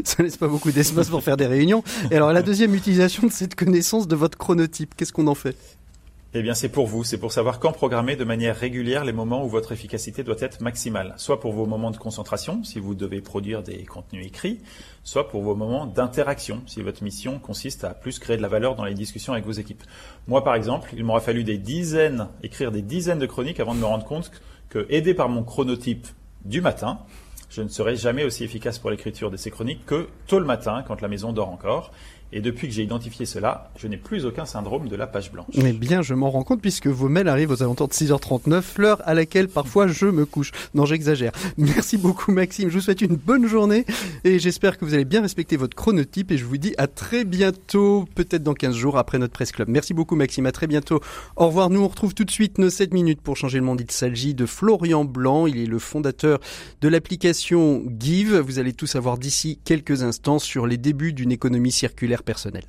d'espace pour faire des réunions. Et alors, la deuxième utilisation de cette connaissance de votre chronotype, qu'est-ce qu'on en fait ? Eh bien, c'est pour vous. C'est pour savoir quand programmer de manière régulière les moments où votre efficacité doit être maximale. Soit pour vos moments de concentration, si vous devez produire des contenus écrits, soit pour vos moments d'interaction, si votre mission consiste à plus créer de la valeur dans les discussions avec vos équipes. Moi, par exemple, il m'aura fallu écrire des dizaines de chroniques avant de me rendre compte que, aidé par mon chronotype du matin, je ne serai jamais aussi efficace pour l'écriture de ces chroniques que tôt le matin, quand la maison dort encore. Et depuis que j'ai identifié cela, je n'ai plus aucun syndrome de la page blanche. Mais bien, je m'en rends compte puisque vos mails arrivent aux alentours de 6h39, l'heure à laquelle parfois je me couche. Non, j'exagère. Merci beaucoup Maxime, je vous souhaite une bonne journée et j'espère que vous allez bien respecter votre chronotype et je vous dis à très bientôt, peut-être dans 15 jours après notre Presse Club. Merci beaucoup Maxime, à très bientôt. Au revoir, nous on retrouve tout de suite nos 7 minutes pour changer le monde. Il s'agit de Florian Blanc, il est le fondateur de l'application Give. Vous allez tout savoir d'ici quelques instants sur les débuts d'une économie circulaire personnel.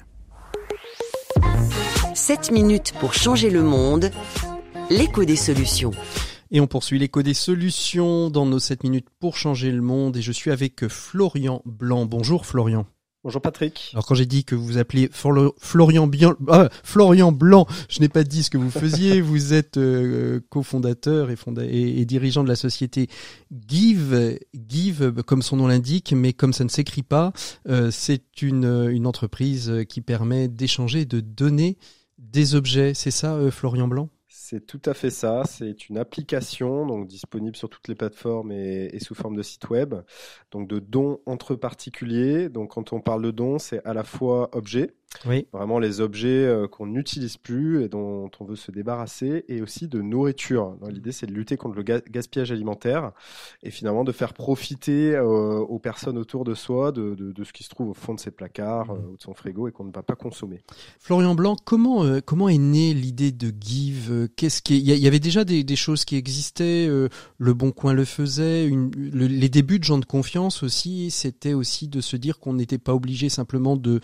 7 minutes pour changer le monde, l'écho des solutions. Et on poursuit l'écho des solutions dans nos 7 minutes pour changer le monde et je suis avec Florian Blanc. Bonjour Florian. Bonjour Patrick. Alors quand j'ai dit que vous vous appelez Florian Blanc, je n'ai pas dit ce que vous faisiez. Vous êtes cofondateur et dirigeant de la société Give, comme son nom l'indique, mais comme ça ne s'écrit pas, c'est une entreprise qui permet d'échanger, de donner des objets. C'est ça, Florian Blanc ? C'est tout à fait ça. C'est une application donc disponible sur toutes les plateformes et sous forme de site web. Donc de dons entre particuliers. Donc quand on parle de dons, c'est à la fois objets, oui, vraiment les objets qu'on n'utilise plus et dont on veut se débarrasser, et aussi de nourriture. Donc, l'idée c'est de lutter contre le gaspillage alimentaire et finalement de faire profiter aux personnes autour de soi de ce qui se trouve au fond de ses placards ou de son frigo et qu'on ne va pas consommer. Florian Blanc, comment est née l'idée de Give ? Il y avait déjà des choses qui existaient, Le Bon Coin le faisait, les débuts de gens de confiance aussi, c'était aussi de se dire qu'on n'était pas obligé simplement de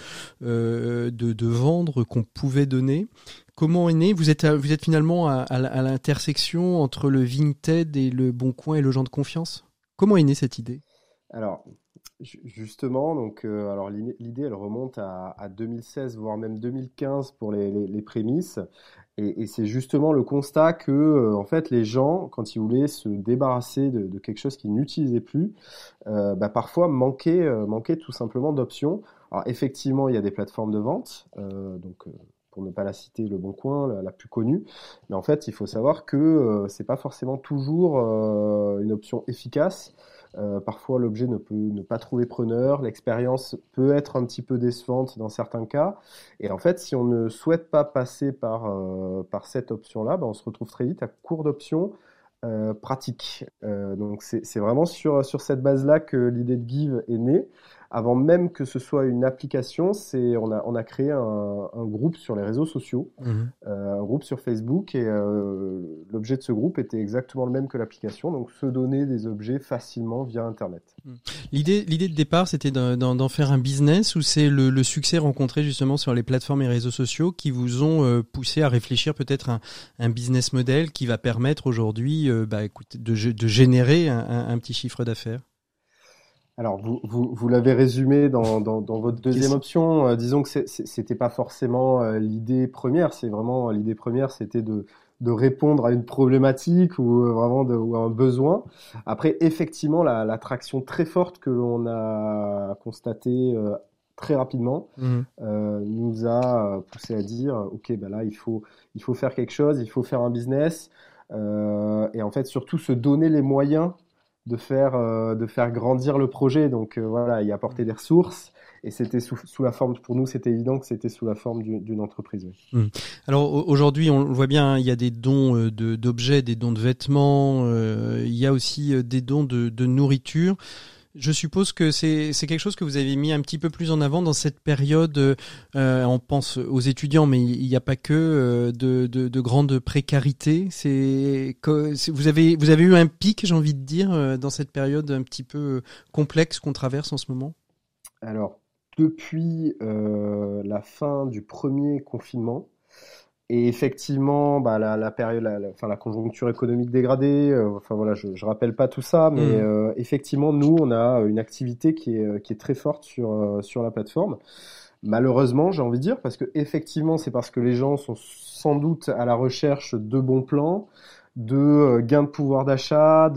vendre, qu'on pouvait donner. Comment est né ? Vous êtes finalement à l'intersection entre le Vinted et Le Bon Coin et le gens de confiance ? Comment est née cette idée ? Alors, justement, donc, alors l'idée, elle remonte à 2016, voire même 2015 pour les prémices. Et c'est justement le constat que, en fait, les gens, quand ils voulaient se débarrasser de quelque chose qu'ils n'utilisaient plus, parfois manquaient tout simplement d'options. Alors, effectivement, il y a des plateformes de vente, pour ne pas la citer, Le Bon Coin, la plus connue. Mais en fait, il faut savoir que c'est pas forcément toujours une option efficace. Parfois, l'objet ne peut ne pas trouver preneur, l'expérience peut être un petit peu décevante dans certains cas. Et en fait, si on ne souhaite pas passer par cette option-là, on se retrouve très vite à court d'options pratiques. Donc, c'est vraiment sur cette base-là que l'idée de Give est née. Avant même que ce soit une application, on a créé un groupe sur les réseaux sociaux, un groupe sur Facebook, et l'objet de ce groupe était exactement le même que l'application, donc se donner des objets facilement via Internet. L'idée de départ, c'était d'en faire un business, ou c'est le succès rencontré justement sur les plateformes et réseaux sociaux qui vous ont poussé à réfléchir peut-être un business model qui va permettre aujourd'hui de générer un petit chiffre d'affaires ? Alors, vous l'avez résumé dans votre deuxième option. Disons que c'était pas forcément l'idée première. C'est vraiment l'idée première, c'était de répondre à une problématique ou vraiment ou à un besoin. Après, effectivement, la traction très forte que l'on a constatée très rapidement nous a poussé à dire ok, là il faut faire quelque chose, il faut faire un business et en fait surtout se donner les moyens de faire grandir le projet, donc y apporter des ressources, et c'était sous la forme, pour nous c'était évident que c'était sous la forme d'une entreprise. Oui. Alors aujourd'hui on le voit bien, il y a des dons d'objets, des dons de vêtements, il y a aussi des dons de nourriture. Je suppose que c'est quelque chose que vous avez mis un petit peu plus en avant dans cette période. On pense aux étudiants, mais il n'y a pas que de grande précarité. Vous avez eu un pic, j'ai envie de dire, dans cette période un petit peu complexe qu'on traverse en ce moment. Alors, depuis la fin du premier confinement, et effectivement, la période, la conjoncture économique dégradée. Je rappelle pas tout ça, mais effectivement, nous, on a une activité qui est très forte sur la plateforme. Malheureusement, j'ai envie de dire, parce que effectivement, c'est parce que les gens sont sans doute à la recherche de bons plans, de gains de pouvoir d'achat,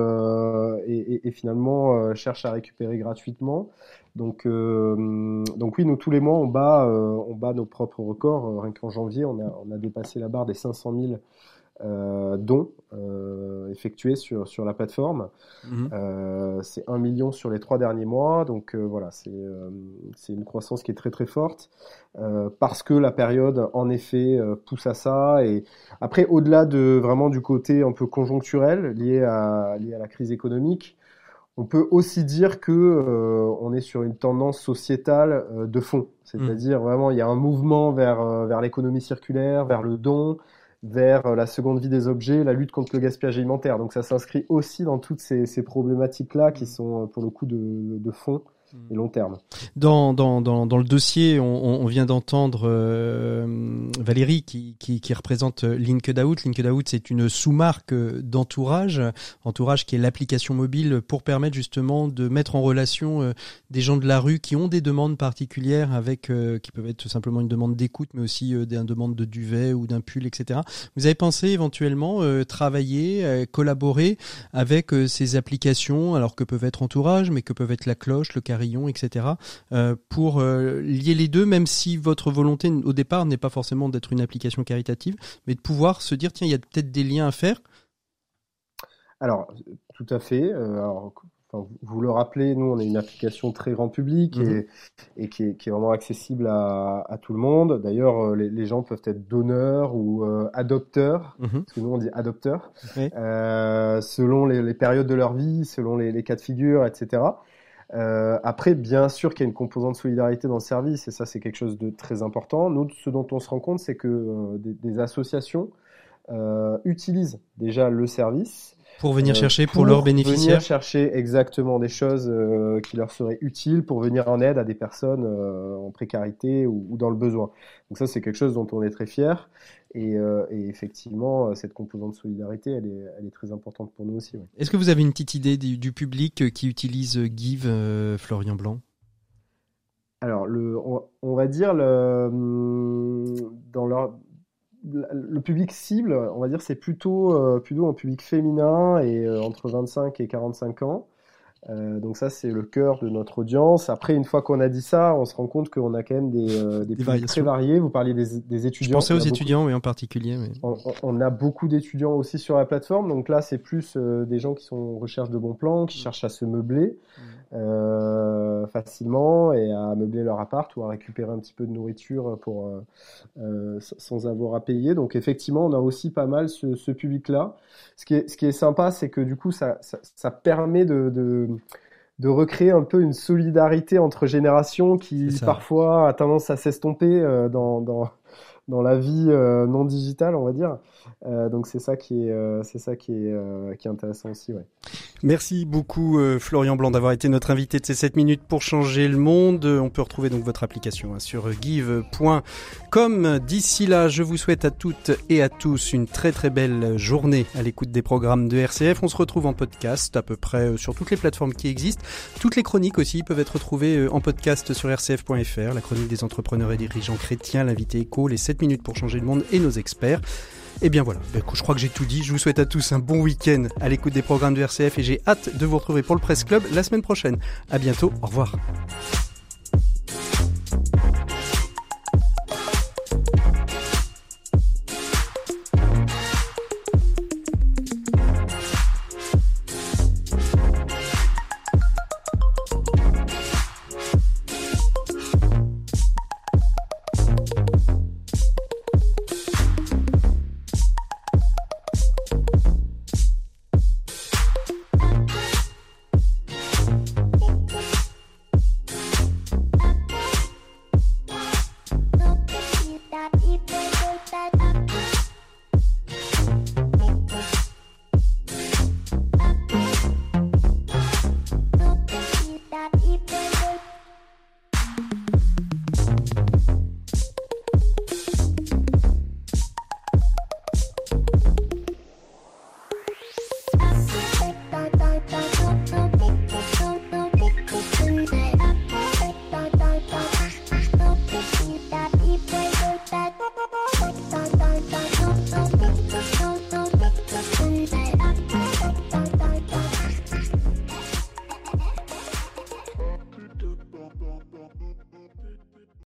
et finalement cherchent à récupérer gratuitement. Donc oui, nous tous les mois on bat nos propres records. Rien qu'en janvier, on a dépassé la barre des 500 000 dons effectués sur la plateforme. C'est 1 million sur les 3 derniers mois, donc voilà, c'est une croissance qui est très très forte parce que la période en effet pousse à ça. Et après, au-delà de vraiment du côté un peu conjoncturel lié à la crise économique, on peut aussi dire que on est sur une tendance sociétale de fond, c'est-à-dire vraiment il y a un mouvement vers l'économie circulaire, vers le don, vers la seconde vie des objets, la lutte contre le gaspillage alimentaire. Donc ça s'inscrit aussi dans toutes ces problématiques-là qui sont pour le coup de fond et long terme. Dans le dossier, on vient d'entendre Valérie qui représente LinkedOut. LinkedOut, c'est une sous-marque d'Entourage. Entourage qui est l'application mobile pour permettre justement de mettre en relation des gens de la rue qui ont des demandes particulières avec qui peuvent être simplement une demande d'écoute, mais aussi une demande de duvet ou d'un pull, etc. Vous avez pensé éventuellement travailler, collaborer avec ces applications, alors que peuvent être Entourage, mais que peuvent être La Cloche, le Carillon, etc., pour lier les deux, même si votre volonté au départ n'est pas forcément d'être une application caritative, mais de pouvoir se dire, tiens, il y a peut-être des liens à faire? Alors, tout à fait. Vous le rappelez, nous, on est une application très grand public et qui est vraiment accessible à tout le monde. D'ailleurs, les gens peuvent être donneurs ou adopteurs, parce que nous, on dit adopteurs, selon les périodes de leur vie, selon les cas de figure, etc. Après, bien sûr qu'il y a une composante de solidarité dans le service, et ça, c'est quelque chose de très important. Nous, ce dont on se rend compte, c'est que des associations utilisent déjà le service pour venir chercher pour leurs bénéficiaires. Venir chercher exactement des choses qui leur seraient utiles pour venir en aide à des personnes en précarité ou dans le besoin. Donc ça, c'est quelque chose dont on est très fiers. Et effectivement, cette composante de solidarité, elle est très importante pour nous aussi. Ouais. Est-ce que vous avez une petite idée du public qui utilise Give, Florian Blanc ? Alors, on va dire dans le public cible, on va dire, c'est plutôt un public féminin et entre 25 et 45 ans. Donc ça, c'est le cœur de notre audience. Après, une fois qu'on a dit ça, on se rend compte qu'on a quand même des publics très variés. Vous parliez des étudiants. Je pensais aux étudiants, oui, en particulier. Mais... On a beaucoup d'étudiants aussi sur la plateforme. Donc là, c'est plus des gens qui sont en recherche de bons plans, qui cherchent à se meubler facilement et à meubler leur appart ou à récupérer un petit peu de nourriture sans avoir à payer. Donc effectivement, on a aussi pas mal ce public-là. Ce qui est sympa, c'est que du coup, ça permet de recréer un peu une solidarité entre générations qui parfois a tendance à s'estomper dans la vie non digitale, on va dire. Donc c'est ça qui est intéressant aussi, ouais. Merci beaucoup Florian Blanc d'avoir été notre invité de ces 7 minutes pour changer le monde. On peut retrouver donc votre application sur give.com. D'ici là, je vous souhaite à toutes et à tous une très très belle journée à l'écoute des programmes de RCF. On se retrouve en podcast à peu près sur toutes les plateformes qui existent. Toutes les chroniques aussi peuvent être retrouvées en podcast sur rcf.fr. La chronique des entrepreneurs et dirigeants chrétiens, l'invité éco, les 7 minutes pour changer le monde et nos experts. Et bien voilà, je crois que j'ai tout dit. Je vous souhaite à tous un bon week-end à l'écoute des programmes de RCF et j'ai hâte de vous retrouver pour le Presse Club la semaine prochaine. À bientôt, au revoir.